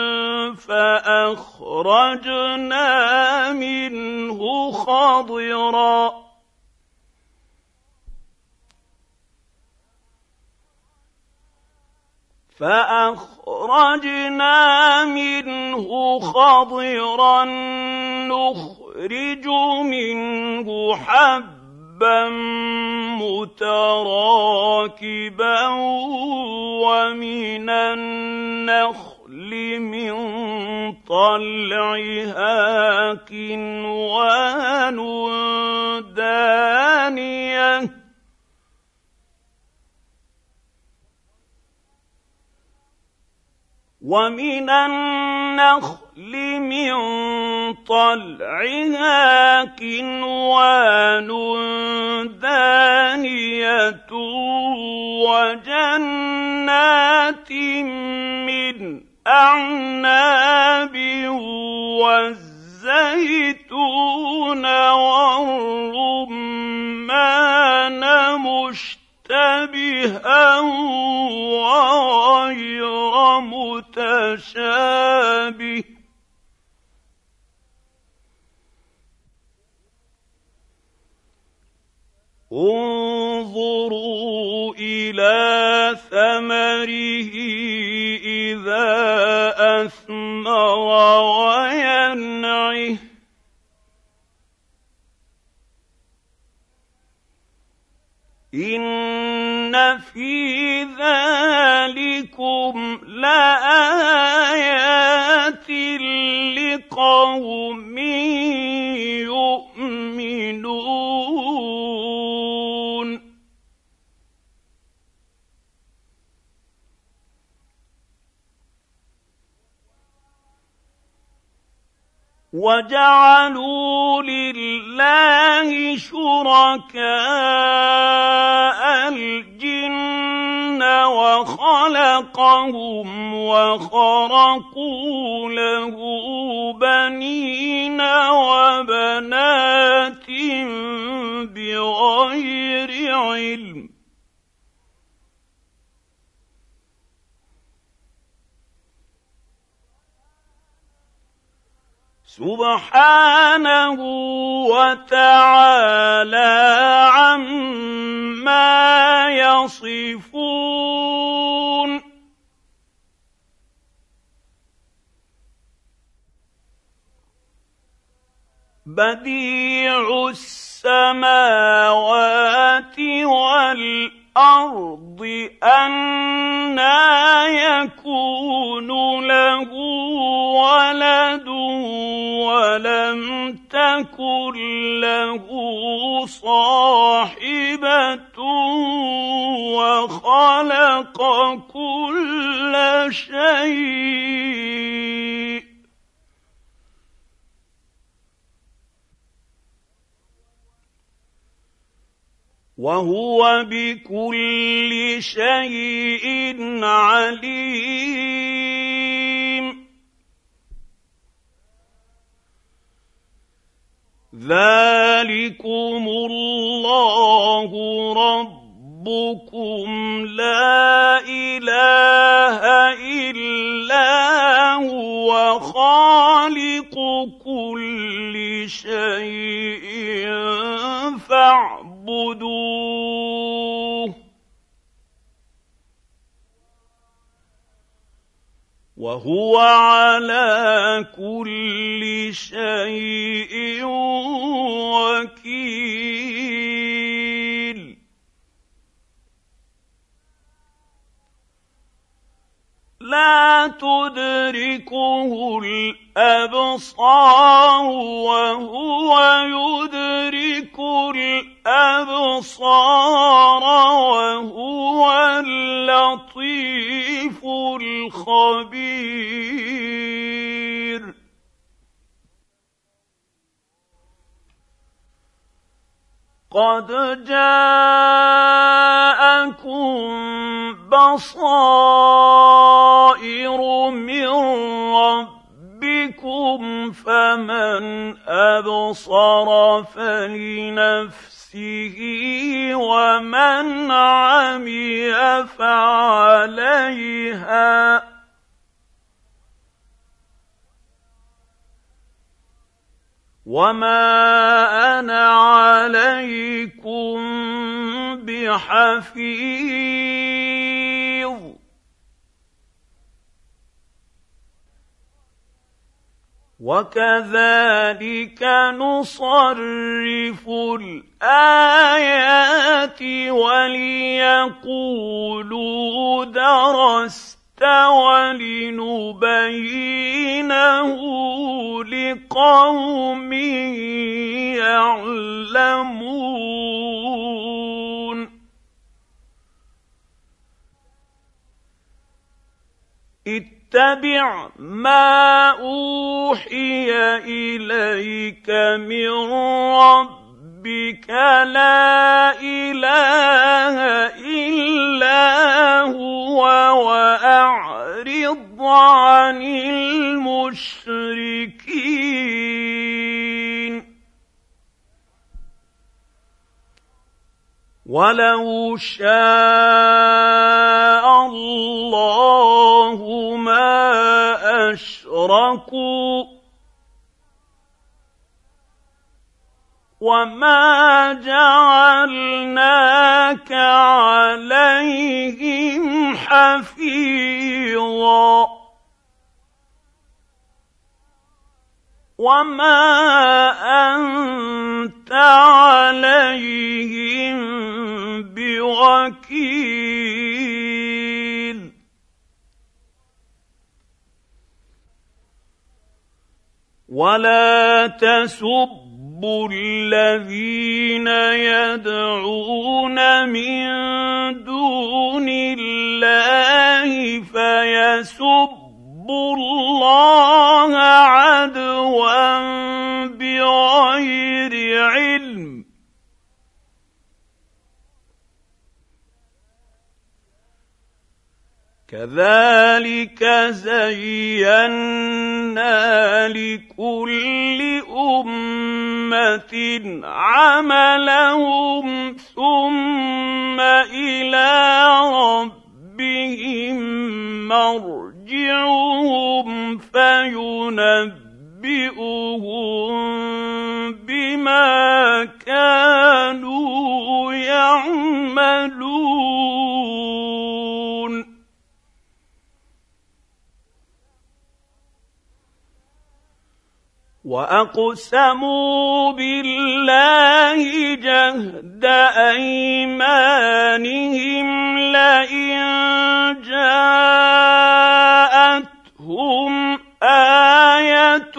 فأخرجنا منه خضرا فأخرجنا منه خضرا نخرج منه حبا متراكبا ومن النخل من طلعها كنوان دانية ومن النخل من طلعها كنوان دانية وجنات من أعناب والزيتون والرمان مشتبها وغير متشابه انظروا إلى ثمره إذا أثمر وينعه إن في ذلكم لآيات لقوم يؤمنون وجعلوا لله شركاء الجن وخلقهم وخرقوا له بنين وبنات بغير علم سبحانه وتعالى عما يصفون بديع السماوات والأرض أنى يكون له ولد ولم تكن له صاحبة وخلق كل شيء وهو بكل شيء عليم ذلك ذلكم الله ربكم لا إله إلا هو خالق كل شيء فاعبدوه وهو على كل شيء وكيل لا تدركه الأبصار وهو يدرك الأبصار وهو اللطيف الخبير قد جاءكم بصائر من ربكم فمن أبصر فلنفسه ومن عمي فعليها وما أنا عليكم بحفيظ وكذلك نصرف الآيات وليقولوا درست ولنبينه لقوم يعلمون اتبع ما أوحي إليك من ربك لا إله إلا هو وأعرض عن المشركين ولو شاء الله ما أشركوا وما جعلناك عليهم حفيظا وما أنت عليهم بوكيل ولا تسبوا الذين يدعون من دون الله فيسبوا الله عدوا بغير علم كذلك زينا لكل أمة عملهم ثم إلى ربهم مرجعهم فينبئهم بما كانوا يعملون وأقسموا بالله جهد أيمانهم لئن جاءتهم آية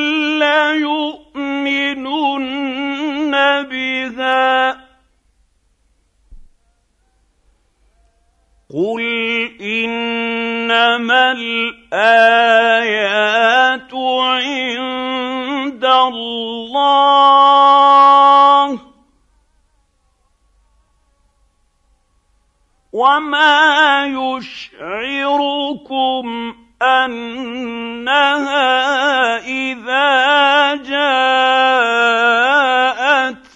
ليؤمنن بها قل إنما الآيات عند الله وما يشعركم أنها إذا جاءت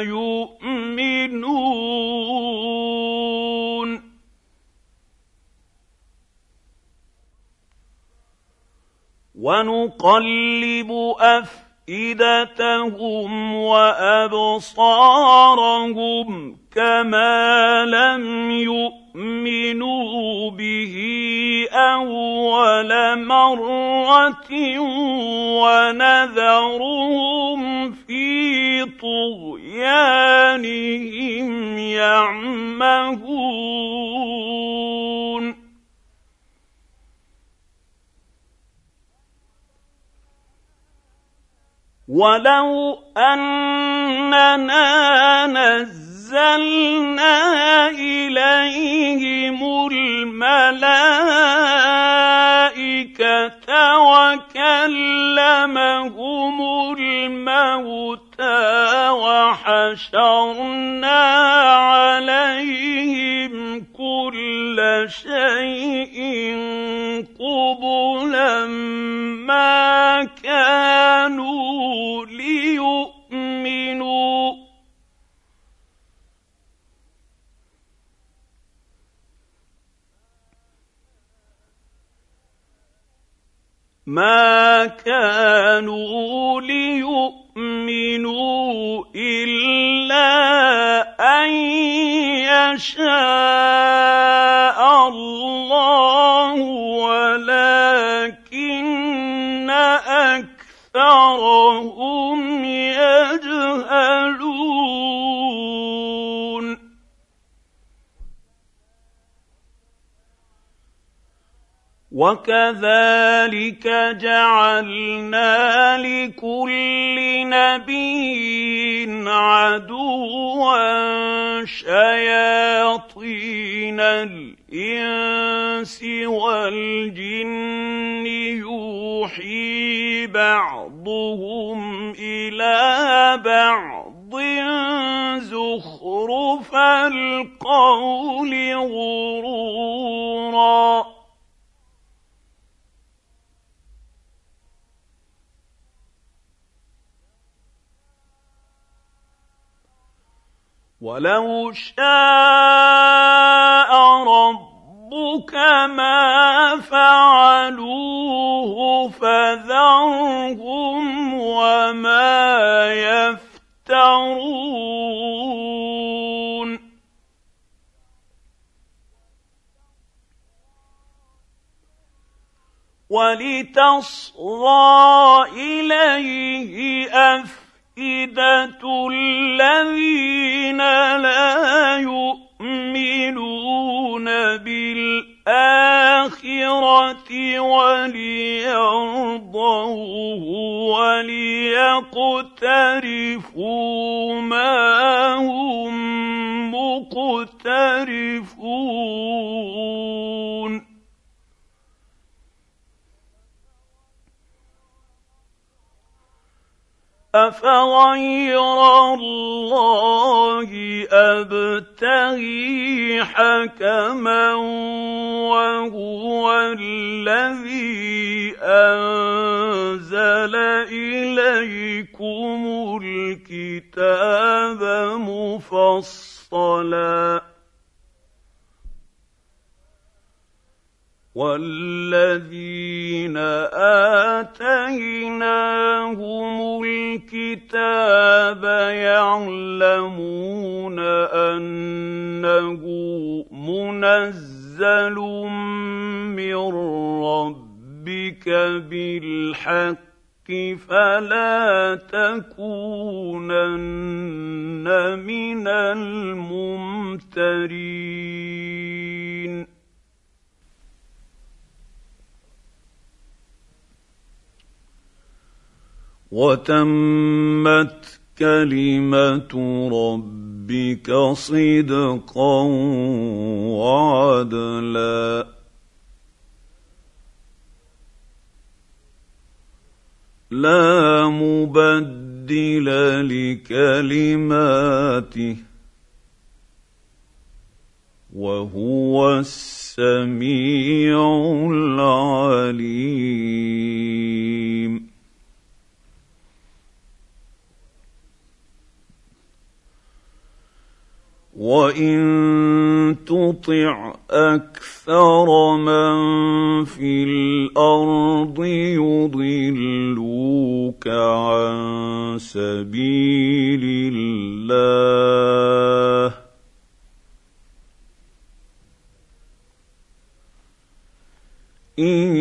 يؤمنون ونقلب أفئدتهم وأبصارهم كما لم يؤمنوا به أول مرة ونذرهم في طغيانهم يعمهون ولو أننا نزلنا إليهم الملائكة وكلمهم الموتى وحشرنا عليهم كل شيء قبلا ما كانوا ليؤمنوا ما كانوا ليؤمنوا إلا أن يشاء الله ولكن أكثرهم يجهلون وكذلك جعلنا لكل نبي عدوا شياطين الإنس والجن يوحي بعضهم إلى بعض زخرف القول غرورا ولو شاء ربك ما فعلوه فذرهم وما يفترون ولتصغى إليه أفئدة أفئدة الذين لا يؤمنون بالآخرة وليرضوه وليقترفوا ما هم مقترفون أفغير الله أبتغي حكما وهو الذي أنزل إليكم الكتاب مفصلا والذين آتيناهم الكتاب يعلمون أنه منزل من ربك بالحق فلا تكونن من الممترين وتمت كلمة ربك صدقا وعدلا لا مبدل لكلماته وهو السميع العليم وان تطع اكثر من في الارض يضلوك عن سبيل الله إن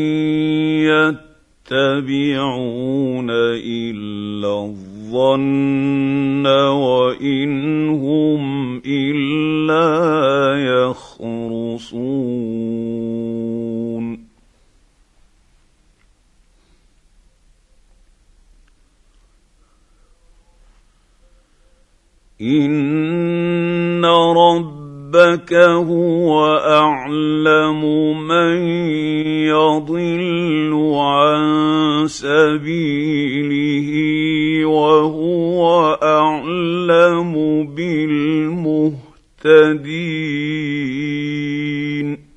يتبعون إلا الظن وإن هم إلا يخرصون إن ربك هو أعلم من يضل عن سبيله وهو أعلم بالمهتدين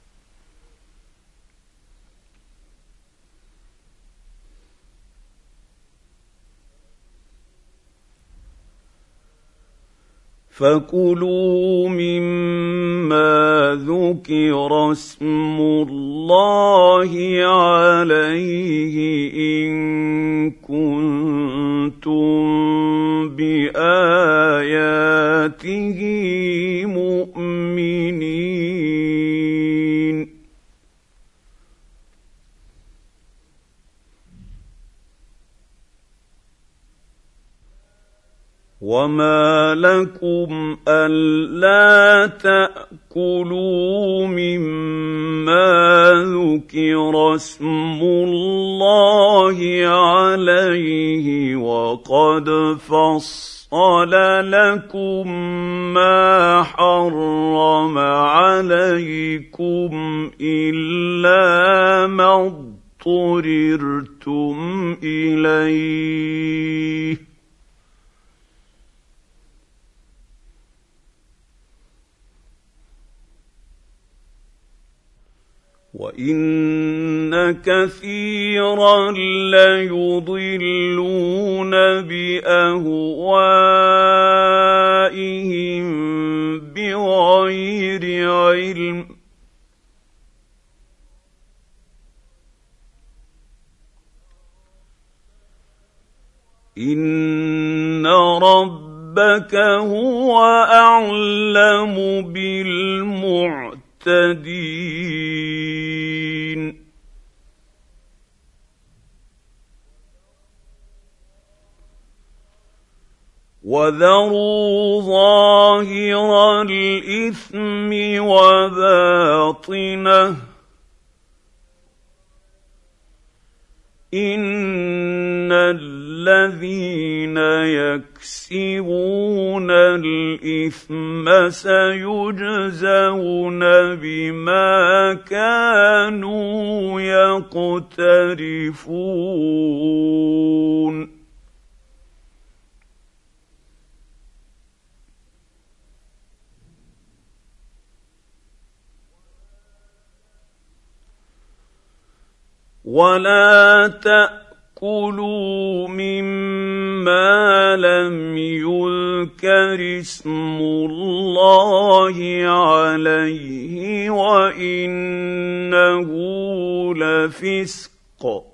فكلوا مما ذكر اسم الله عليه إن كنتم بآياته مؤمنين وما لكم ألا تأكلوا مما ذكر اسم الله عليه وقد فصل لكم ما حرم عليكم إلا ما اضطررتم إليه وإن كثيرا ليضلون بأهوائهم بغير علم إن ربك هو أعلم بالمعتدين وذروا ظاهر الإثم وباطنه إن الذين يكسبون الإثم سيجزون بما كانوا يقترفون ولا تأكلوا مما لم يذكر اسم الله عليه وإنه لفسق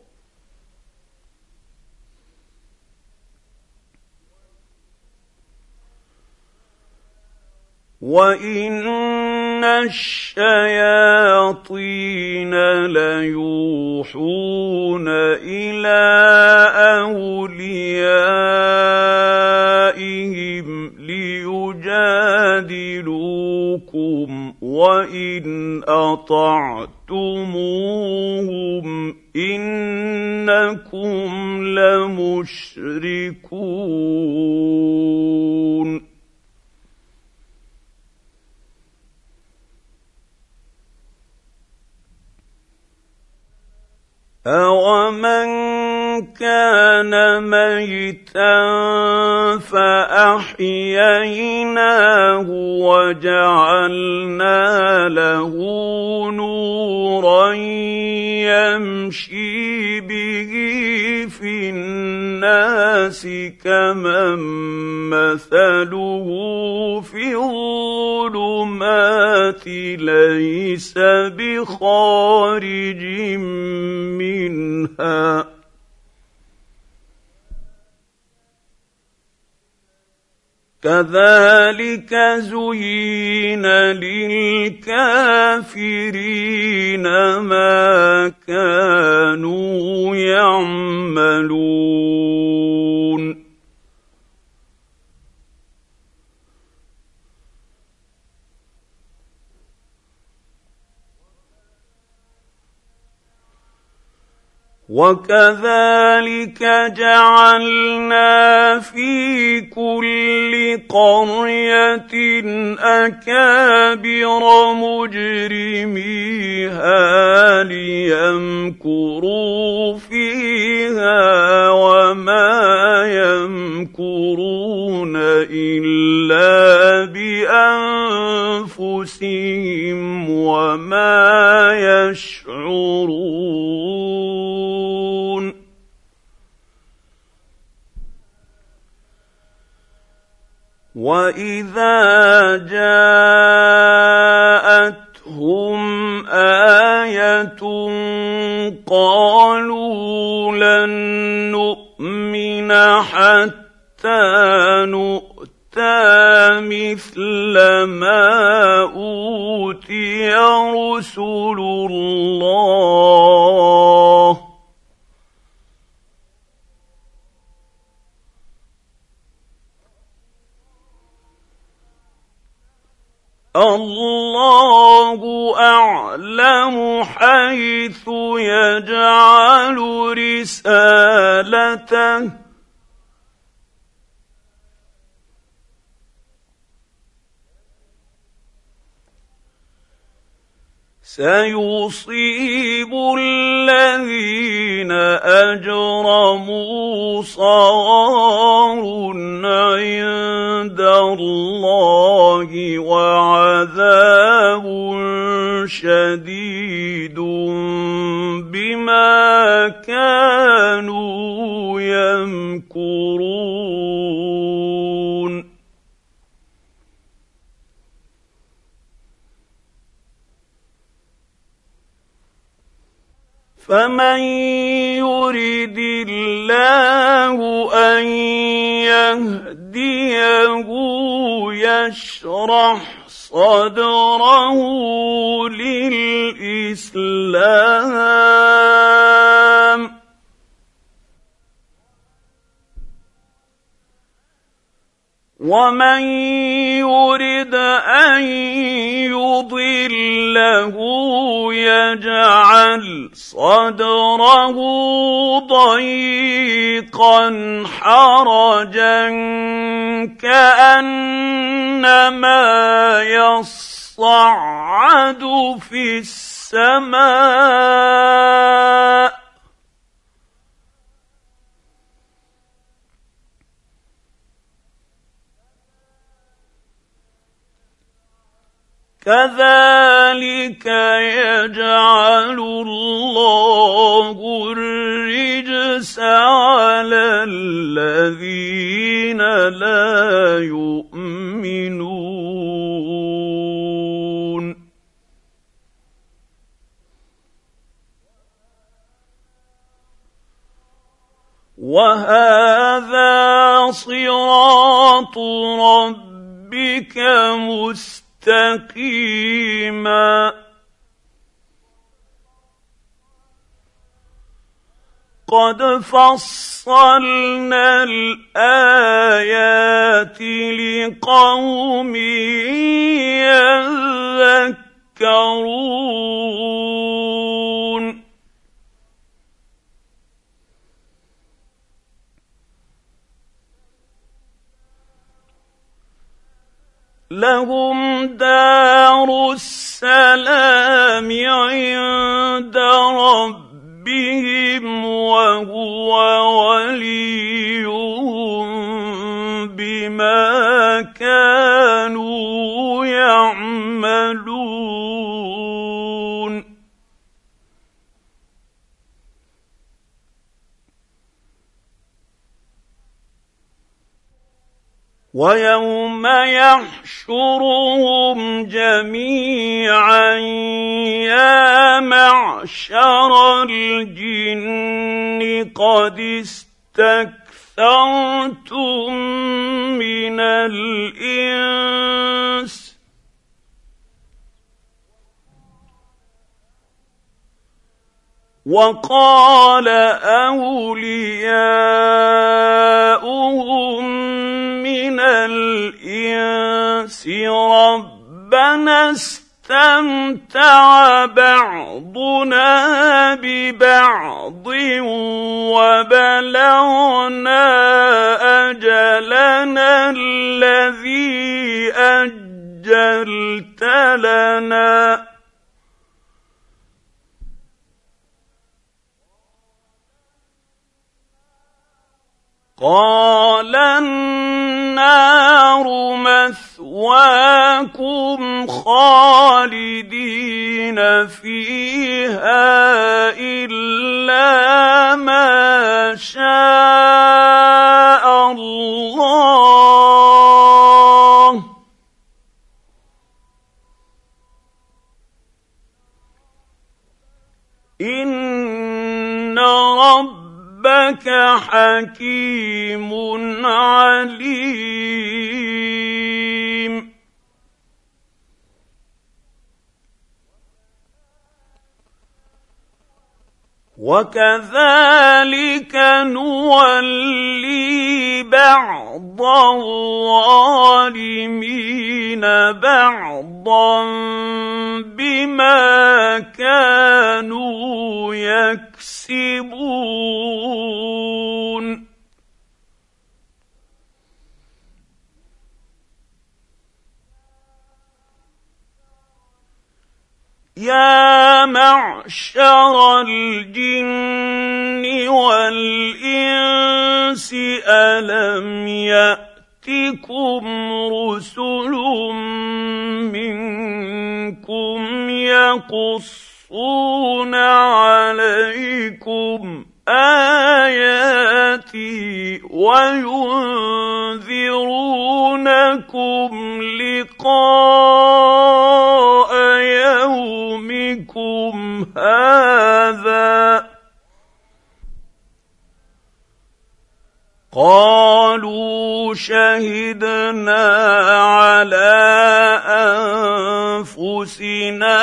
وإن الشياطين ليوحون إلى أوليائهم ليجادلوكم وإن أطعتموهم إنكم لمشركون أَوَمَنْ كَانَ مَيْتًا فَأَحْيَيْنَاهُ وَجَعَلْنَا لَهُ نُورًا يَمْشِي بِهِ فِي النَّاسِ الناس كمن مثله في الظلمات ليس بخارج منها كذلك زين للكافرين ما كانوا يعملون وكذلك جعلنا في كل قرية أكابر مجرميها ليمكروا فيها وما يمكرون إلا بأنفسهم وما يشعرون وإذا جاءتهم آية قالوا لن نؤمن حتى نؤتى مثل ما أوتي رسل الله الله أعلم حيث يجعل رسالته سيصيب الذين أجرموا صغار عند الله وعذاب شديد بما كانوا يمكرون فمن يرد الله أن يهديه يشرح صدره للإسلام ومن يرد أن يضله يجعل صدره ضيقا حرجا كأنما يصعد في السماء كذلك يجعل الله الرجس على الذين لا يؤمنون وهذا صراط ربك مستقيما مستقيما قد فصلنا الآيات لقوم يذكرون لهم دار السلام عند ربهم وهو وليهم بما كانوا يعملون ويوم يحشرهم جميعا يا معشر الجن قد استكثرتم من الإنس وقال أولياؤهم من الإنس ربنا استمتع بعضنا ببعض وبلغنا أجلنا الذي أجلت لنا قال النار مثواكم خالدين فيها إلا ما شاء الله إن ربك حكيم عليم وكذلك نولي بعض الظالمين بعضا بما كانوا يكسبون يا معشر الجن والإنس ألم يأتكم رسل منكم يقصون عليكم آياتي وينذرونكم لقاء يومكم هذا قالوا شهدنا على أنفسنا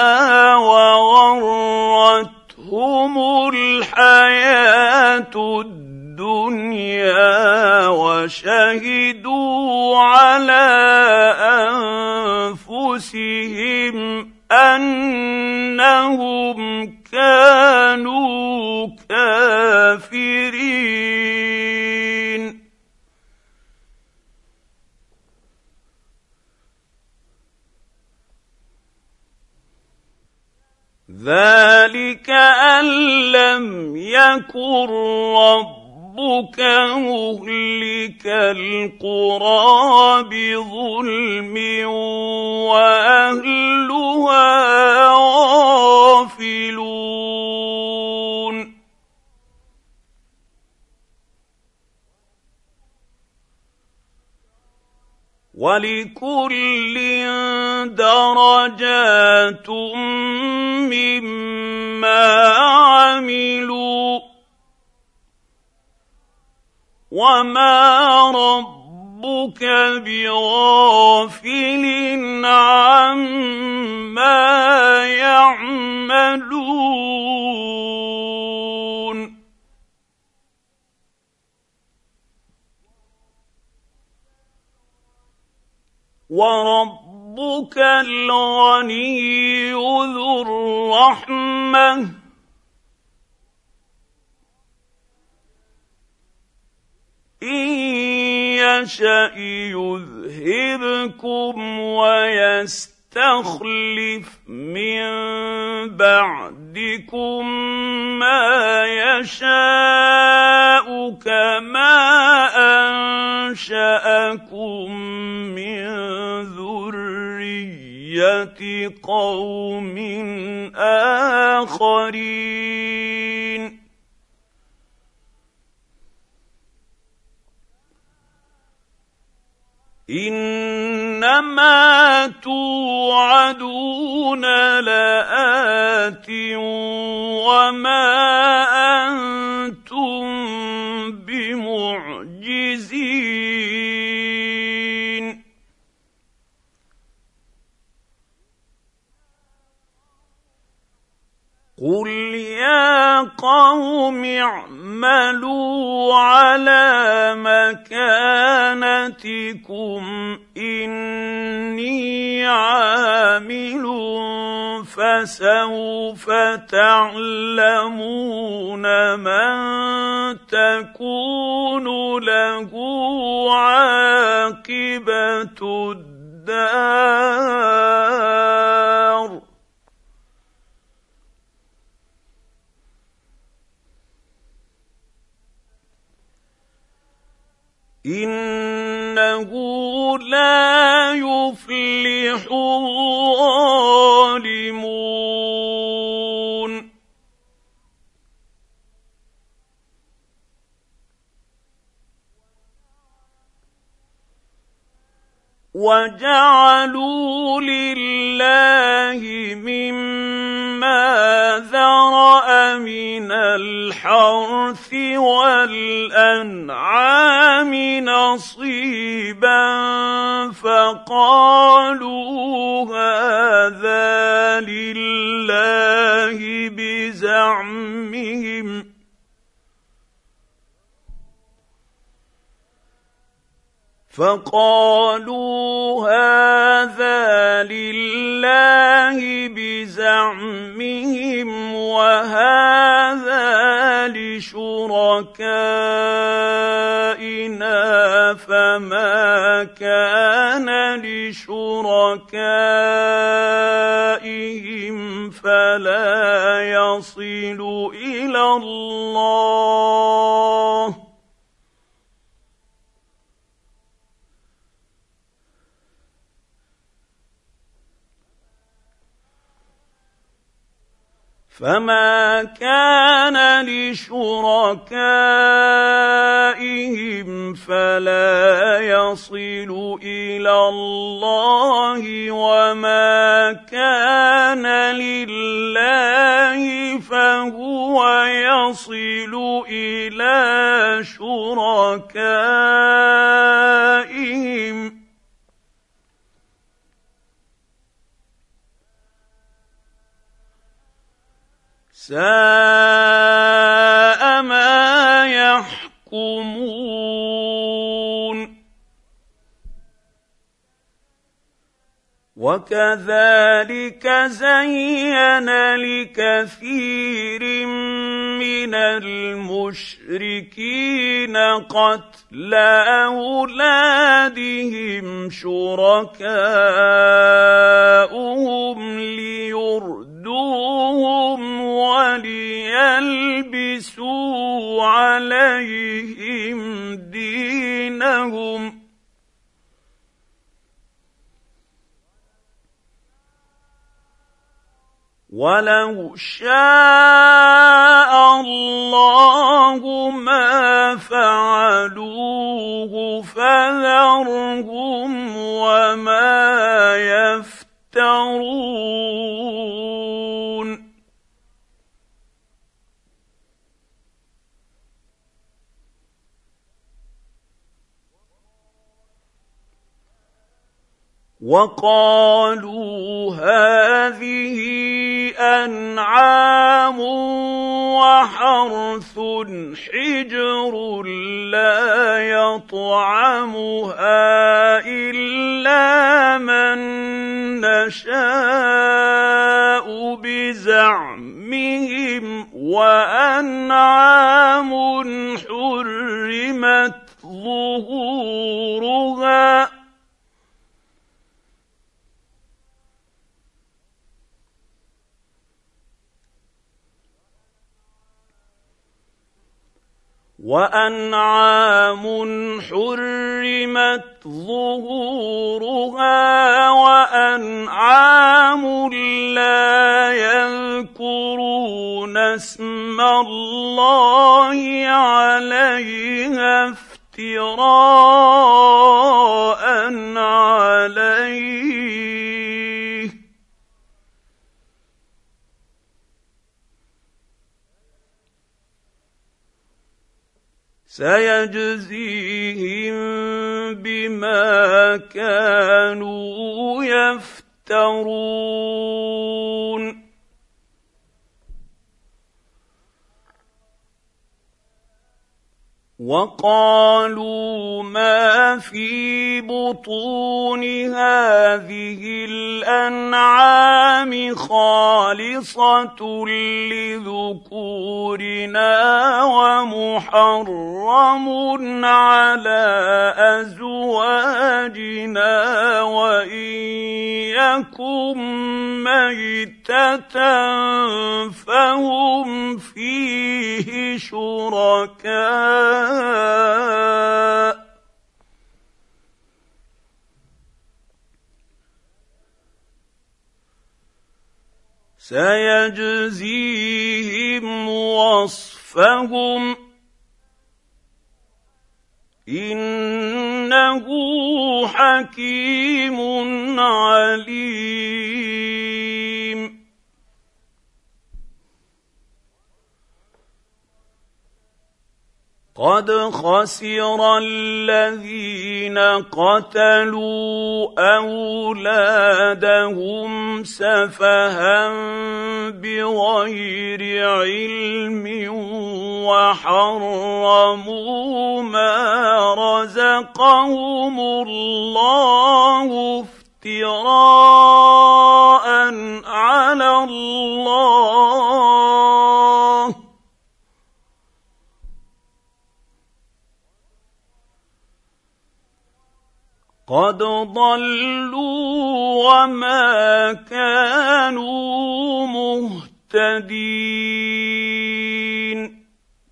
وغرتهم الحياة الدنيا وشهدوا على أنفسهم أنهم كانوا كافرين ذلك أن لم يكن ربك مهلك القرى بظلم وأهلها غافلون ولكل درجات مما عملوا وما ربك بغافل عما يعملون وربك الغني ذو الرحمة إن يشأ يذهبكم ويستخلف من بعدكم ما يشاء كما أنشأكم من ذرية قوم آخرين إنما توعدون لآت وما أنتم بمعجزين قل يا قوم اعملوا على مكانتكم إني عامل فسوف تعلمون من تكون له عاقبة الدار إنه لا يفلح الظالمون وجعلوا لله مما ذرأ من الحرث والأنعام نصيبا فقالوا هذا لله بزعمهم فقالوا هذا لله بزعمهم وهذا لشركائنا فما كان لشركائهم فلا يصل إلى الله فما كان لشركائهم فلا يصل إلى الله وما كان لله فهو يصل إلى شركائهم ساء ما يحكمون وكذلك زين لكثير من المشركين قتل أولادهم شركاؤهم ليردوهم وليلبسوا عليهم دينهم ولو شاء الله ما فعلوه فذرهم وما يفترون وقالوا هذه أنعام وحرث حجر لا يطعمها إلا من نشاء بزعمهم وأنعام حرمت ظهورها وأنعام حرمت ظهورها وأنعام لا يذكرون اسم الله عليها افتراء سيجزيهم بما كانوا يفترون وقالوا ما في بطون هذه الأنعام خالصة لذكورنا ومحرم على أزواجنا وإن يكن ميتة فهم فيه شركاء سيجزيهم وصفهم إنه حكيم عليم قد خسر الذين قتلوا أولادهم سفها بغير علم وحرموا ما رزقهم الله افتراء على الله قد ضلوا وما كانوا مهتدين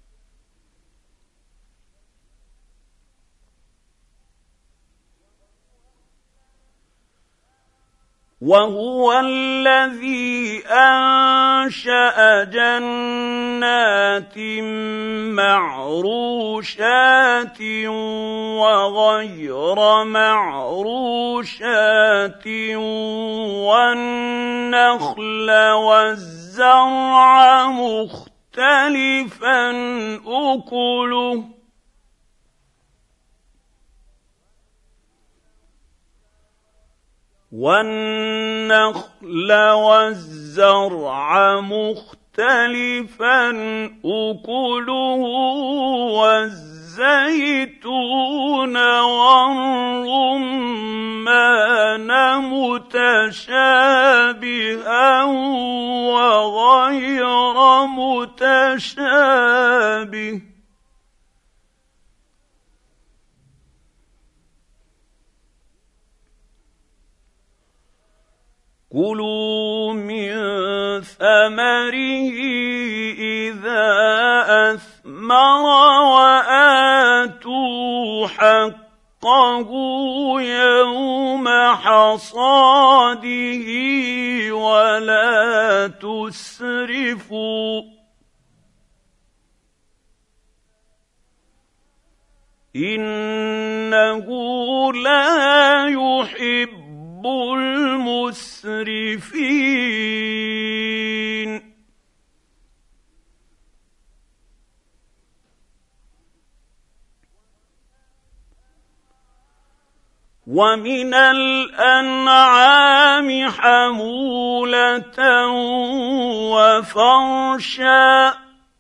وهو الذي أنشأ جنات معروشات وغير معروشات والنخل والزرع مختلفا أكله والنخل والزرع مختلفا أكله والزيتون والرمان متشابها وغير متشابه كلوا من ثمره إذا أثمر وآتوا حقه يوم حصاده ولا تسرفوا إنه لا يحب المسرفين ومن الأنعام حمولة وفرشا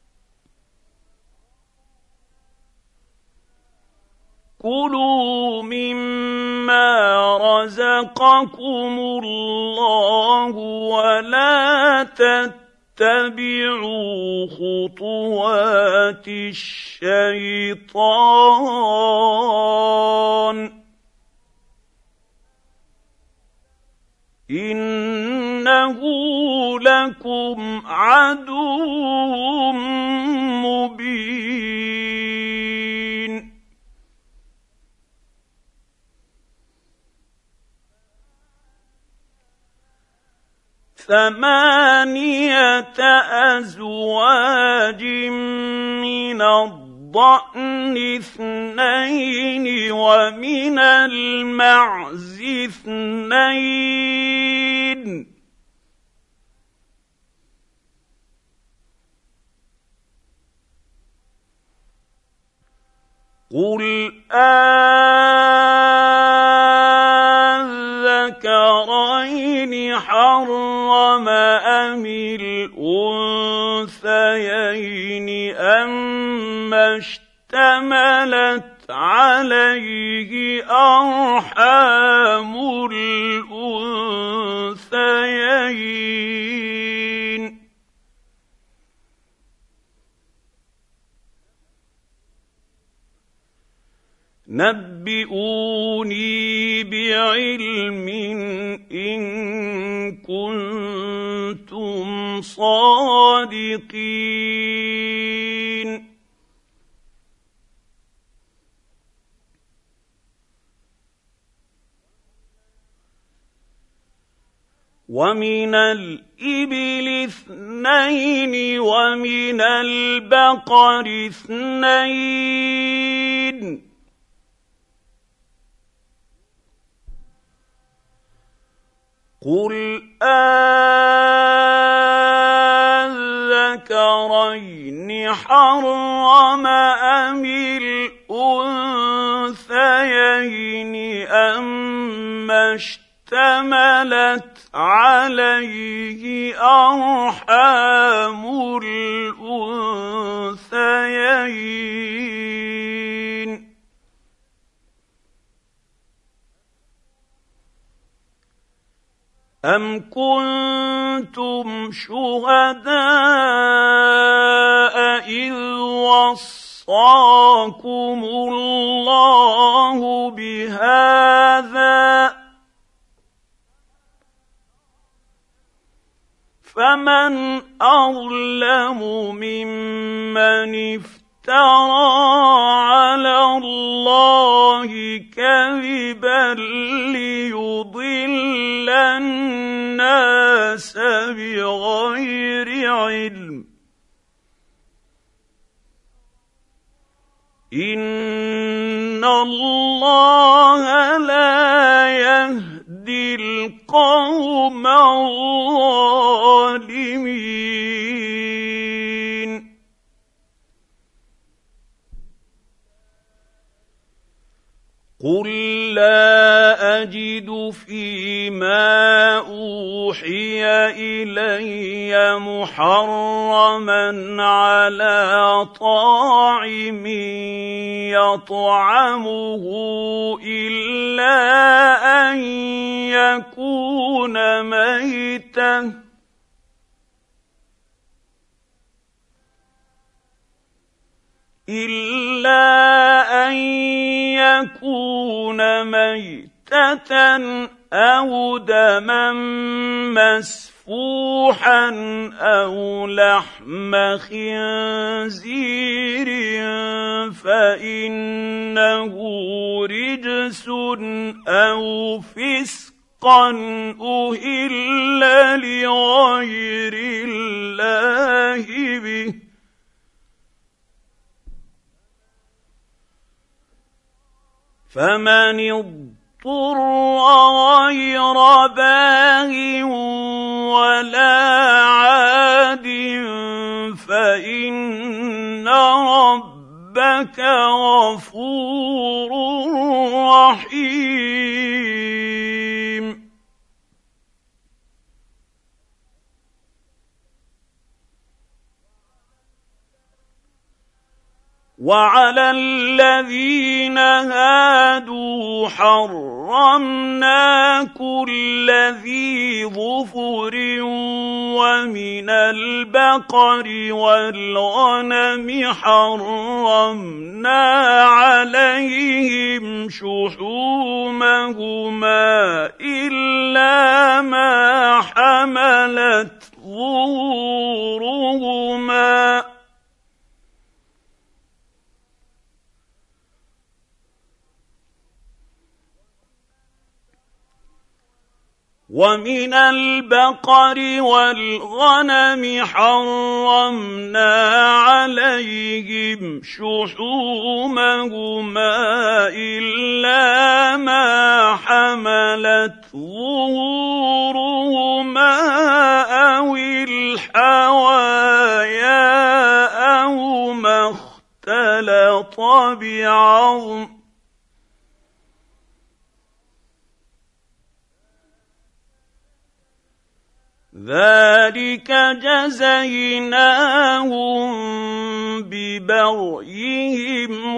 كلوا مما رزقكم الله ولا تتبعوا خطوات الشيطان إنه لكم عدو مبين ثمانية أزواج من الضأن اثنين ومن المعز اثنين قُلْ آلذَّكَرَيْنِ حَرَّمَ أَمِ الْأُنثَيَيْنِ أَمَّا اشْتَمَلَتْ عَلَيْهِ أَرْحَامُ الْأُنثَيَيْنِ نَبِّئُونِي بِعِلْمٍ إِن كُنتُمْ صَادِقِينَ وَمِنَ الْإِبِلِ اثْنَيْنِ وَمِنَ الْبَقَرِ اثْنَيْنِ قُلْ آلذَّكَرَيْنِ حَرَّمَ أَمِ الْأُنثَيَيْنِ أَمَّا اشْتَمَلَتْ عَلَيْهِ أَرْحَامُ الْأُنثَيَيْنِ أَمْ كُنتُمْ شُهَدَاءَ إِذْ وَصَّاكُمُ اللَّهُ بِهَٰذَا ۚ فَمَنْ أَظْلَمُ مِمَّنِ افْتَرَىٰ عَلَى اللَّهِ كَذِبًا لِّيُضِلَّ النَّاسَ بِغَيْرِ عِلْمٍ ۗ إِنَّ اللَّهَ لَا يَهْدِي الْقَوْمَ الظَّالِمِينَ قُل لَّا أَجِدُ فِيمَا أُوحِيَ إِلَيَّ مُحَرَّمًا عَلَىٰ طَاعِمٍ يَطْعَمُهُ إِلَّا أَن يَكُونَ مَيْتَةً إِلَّا أَن يَكُونَ مَيْتَةً أَوْ دَمًا مَّسْفُوحًا أَوْ لَحْمَ خِنزِيرٍ فَإِنَّهُ رِجْسٌ أَوْ فِسْقًا أُهِلَّ لِغَيْرِ اللَّهِ بِهِ ۚ فَمَنِ اضْطُرَّ غَيْرَ بَاغٍ وَلَا عَادٍ فَإِنَّ رَبَّكَ غَفُورٌ رَّحِيمٌ وَعَلَى الَّذِينَ هَادُوا حَرَّمْنَا كُلَّ ذِي ظُفُرٍ وَمِنَ الْبَقَرِ وَالْغَنَمِ حَرَّمْنَا عَلَيْهِمْ شُحُومَهُمَا إِلَّا مَا حَمَلَتْ ظُهُورُهُمَا وَمِنَ الْبَقَرِ وَالْغَنَمِ حَرَّمْنَا عَلَيْهِمْ شُحُومَهُمَا إِلَّا مَا حَمَلَتْ ظُهُورُهُمَا أَوِ الْحَوَايَا أَوْ مَا اخْتَلَطَ بعظم ذلك جزيناهم ببغيهم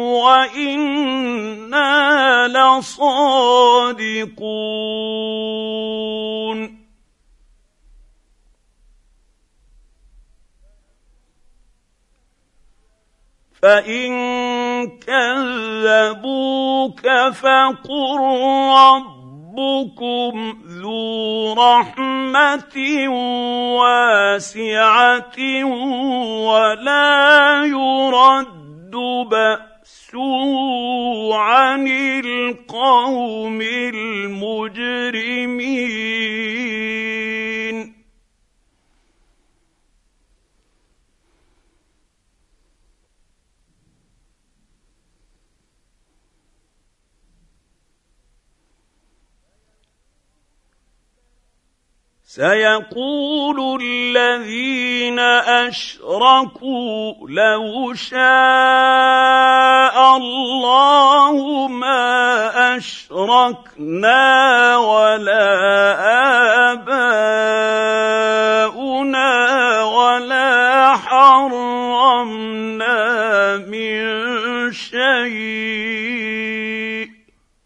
وإنا لصادقون فإن كذبوك فقل ربكم ذو رحمة واسعة ولا يرد بأسه عن القوم المجرمين سيقول الذين أشركوا لو شاء الله ما أشركنا ولا آباؤنا ولا حرمنا من شيء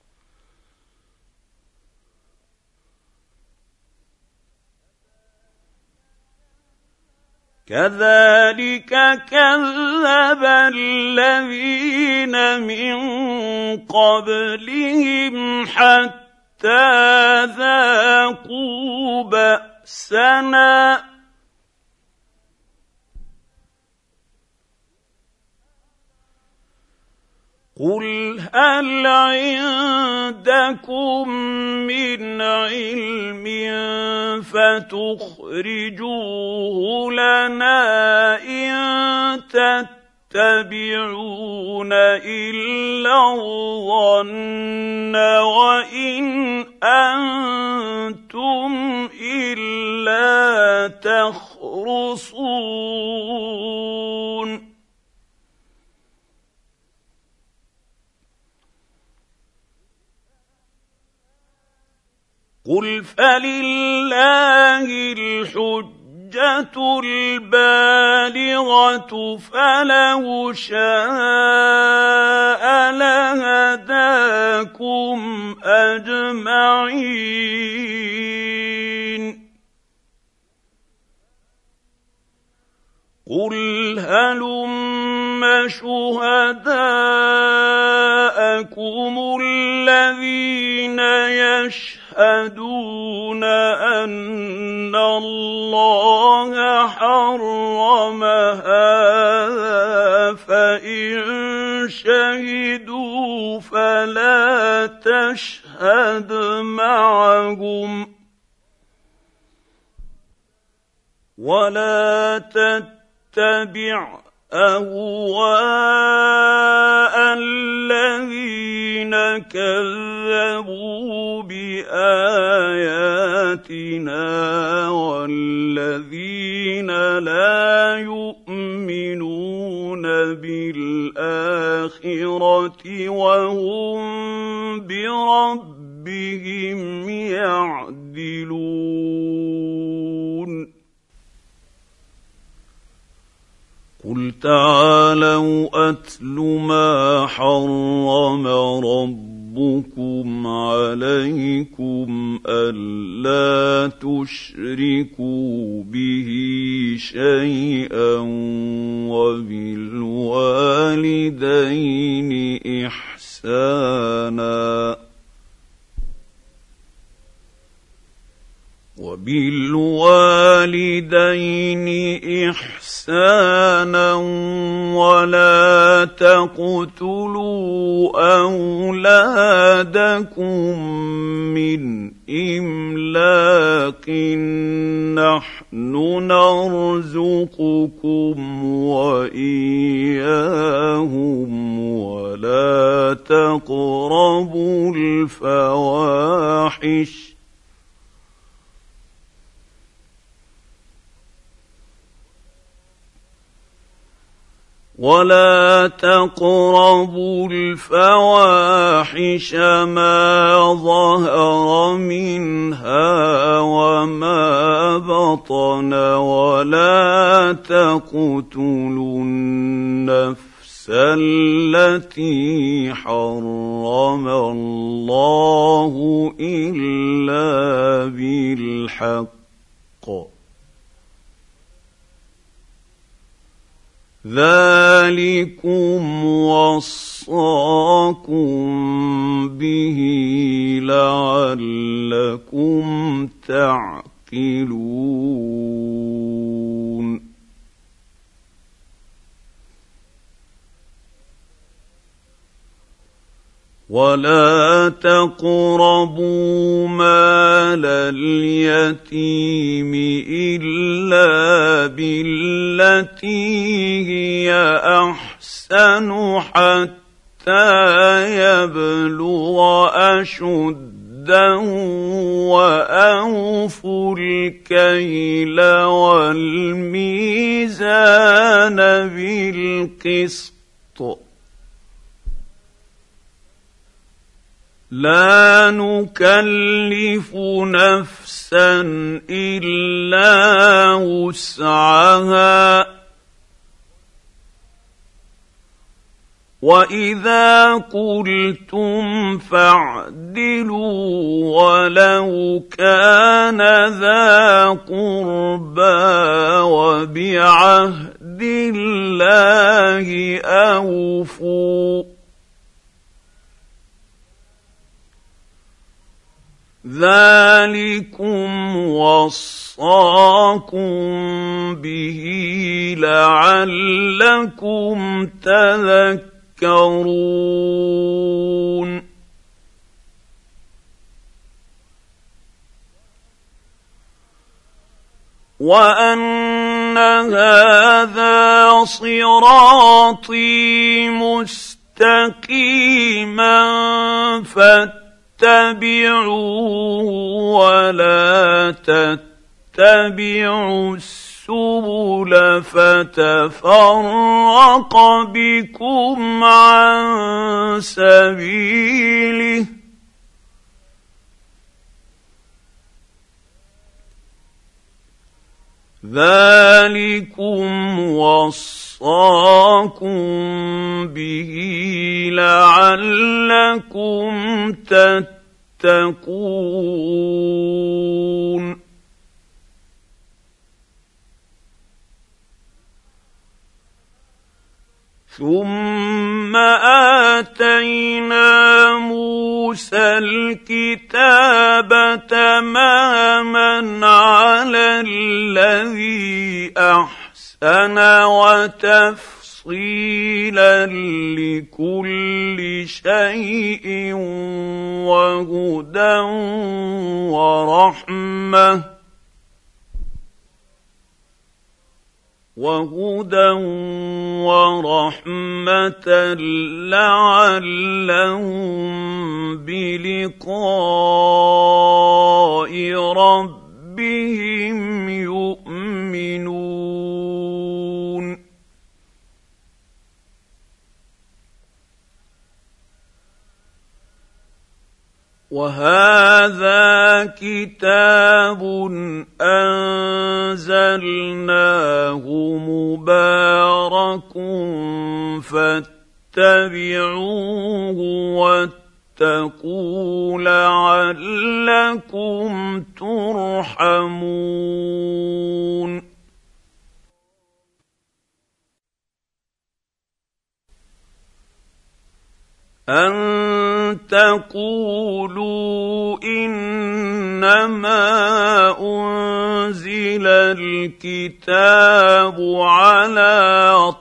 كذلك كذب الذين من قبلهم حتى ذاقوا بأسنا قل هل عندكم من علم فتخرجوه لنا إن تتبعون إلا الظن وإن أنتم إلا تخرصون قل فلله الحجة البالغة فلو شاء لهداكم أجمعين قل هلم شهداءكم الذين يشهدون أن الله حرم هذا فإن شهدوا فلا تشهد معهم ولا تتبع أهواء الذين كذبوا بآياتنا والذين لا يؤمنون بالآخرة وهم بربهم يعدلون قل تعالوا أتل ما حرم ربكم عليكم ألا تشركوا به شيئا وبالوالدين إحسانا وبالوالدين إحسانا ولا تقتلوا أولادكم من إملاق نحن نرزقكم وإياهم ولا تقربوا الفواحش ولا تقربوا الفواحش ما ظهر منها وما بطن ولا تقتلوا النفس التي حرم الله إلا بالحق ذلكم وصاكم به لعلكم تعقلون ولا تقربوا مال اليتيم إلا بالتي هي أحسن حتى يبلغ أشده وأوفوا الكيل والميزان بالقسط لا نكلف نفسا إلا وسعها وإذا قلتم فاعدلوا ولو كان ذا قربى وبعهد الله أوفوا ذلكم وصاكم به لعلكم تذكرون وأن هذا صراطي مستقيما فاتبعوه ولا تتبعوا السبل فتفرق بكم عن سبيله ذلكم وصاكم به لعلكم تتقون ثم آتينا موسى الكتاب تماما على الذي أحسن وتفصيلا لكل شيء وهدى ورحمة وهدى ورحمة لعلهم بلقاء ربهم يؤمنون وهذا كتاب أنزلناه مبارك فاتبعوه واتقوا لعلكم ترحمون أن تقولوا إنما أنزل الكتاب على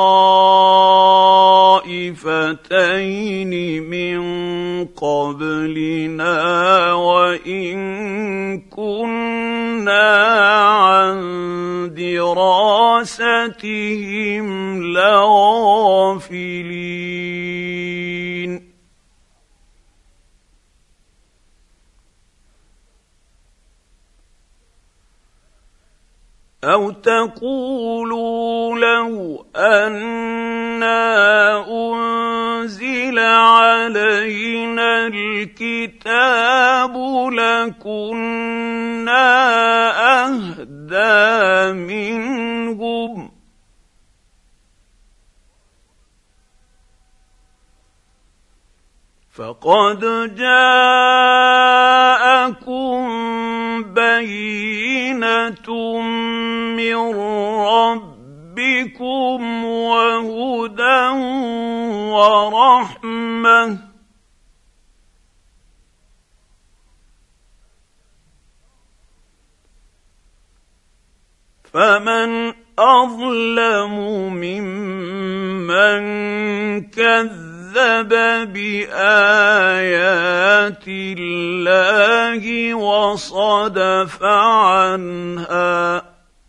طائفتين من قبلنا وإن كنا عن دراستهم لغافلين أو تقولوا لو أنا أنزل علينا الكتاب لكنا أهدى منهم فقد جاءكم بينة من ربكم وهدى ورحمة فمن أظلم ممن كذب بآيات الله وصدف عنها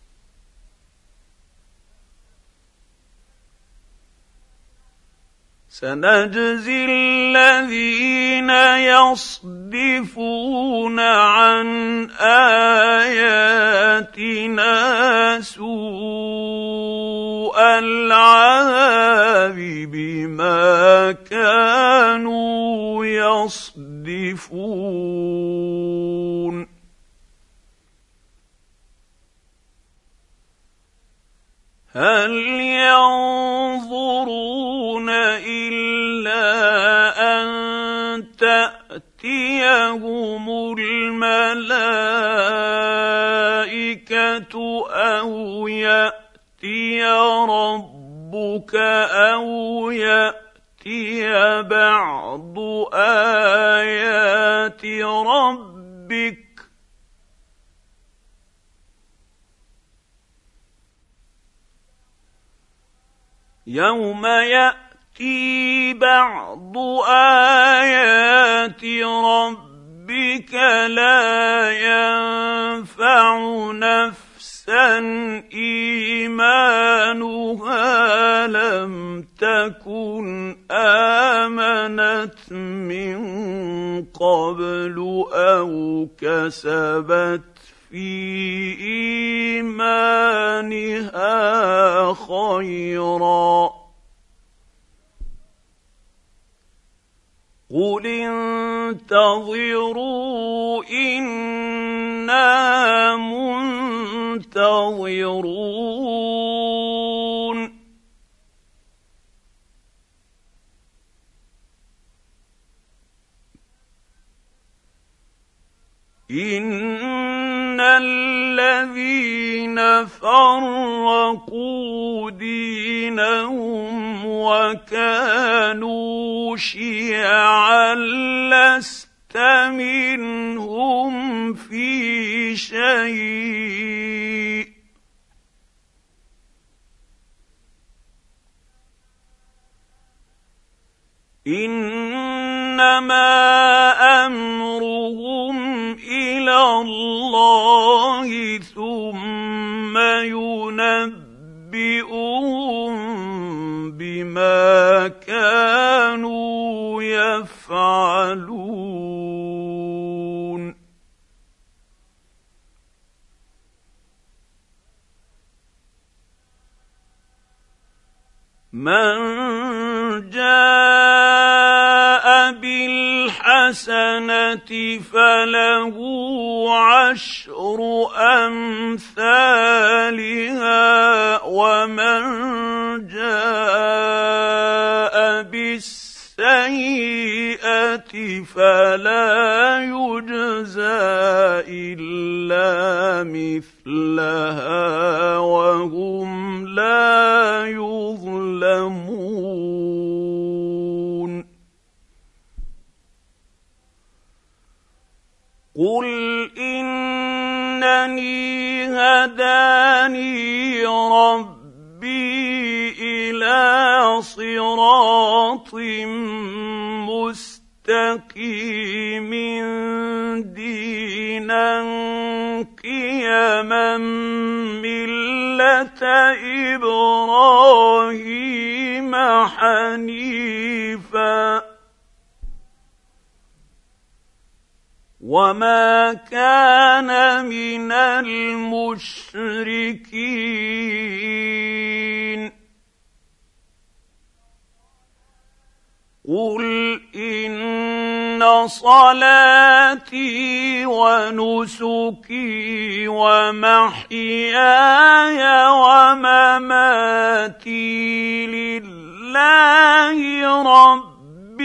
سنجزي الذين يصدفون عن آياتنا سوء العذاب بما كانوا يصدفون هل ينظرون إلا أن تأتيهم الملائكة أو يأتي ربك أو يأتي بعض آيات ربك يوم يأتي بعض آيات ربك لا ينفع نفسا إيمانها لم تكن آمنت من قبل أو كسبت في إيمانها خيرا قل انتظروا إنا منتظرون إن الذين فرقوا دينهم وكانوا شيعا لست منهم في شيء إنما أمرهم إلى الله ثم ينبئهم بما كانوا يفعلون من جاء بالحسنة فله عشر أمثالها ومن جاء بالسيئة فلا يجزى إلا مثلها وهم لا يظلمون قل إنني هداني ربي إلى صراط مستقيم دينا قيما ملة إبراهيم حنيفا وما كان من المشركين قل إن صلاتي ونسكي ومحياي ومماتي لله رب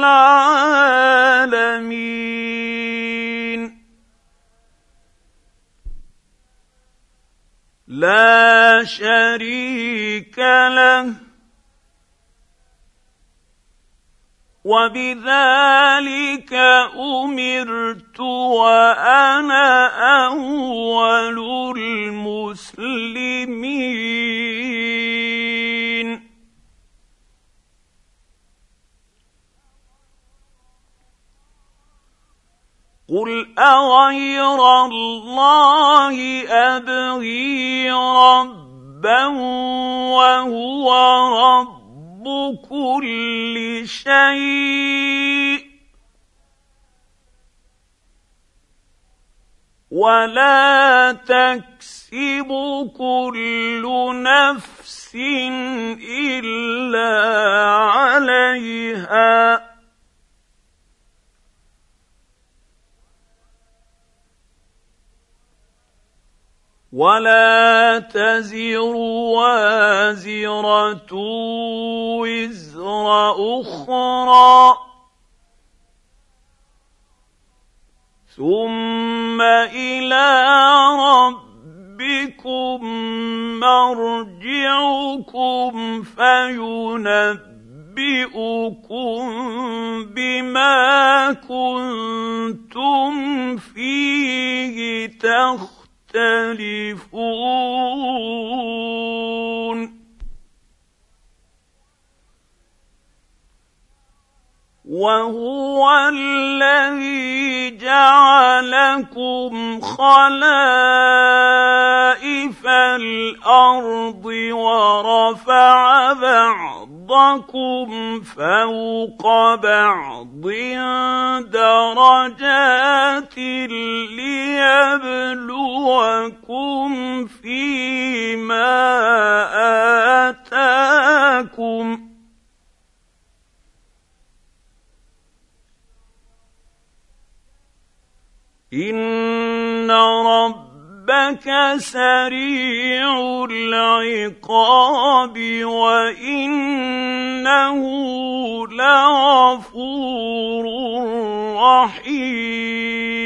العالمين لا شريك له وبذلك أمرت وأنا أول المسلمين قل أغير الله أبغي ربا وهو رب كل شيء ولا تكسب كل نفس إلا عليها ولا تزر وازرة وزر أخرى ثم إلى ربكم مرجعكم فينبئكم بما كنتم فيه تختلفون تختلفون وهو الذي جعلكم خلائف الأرض ورفع بعضكم فوق بعض درجات ليبلوكم فيما آتاكم إن ربك سريع العقاب وإنه لغفور رحيم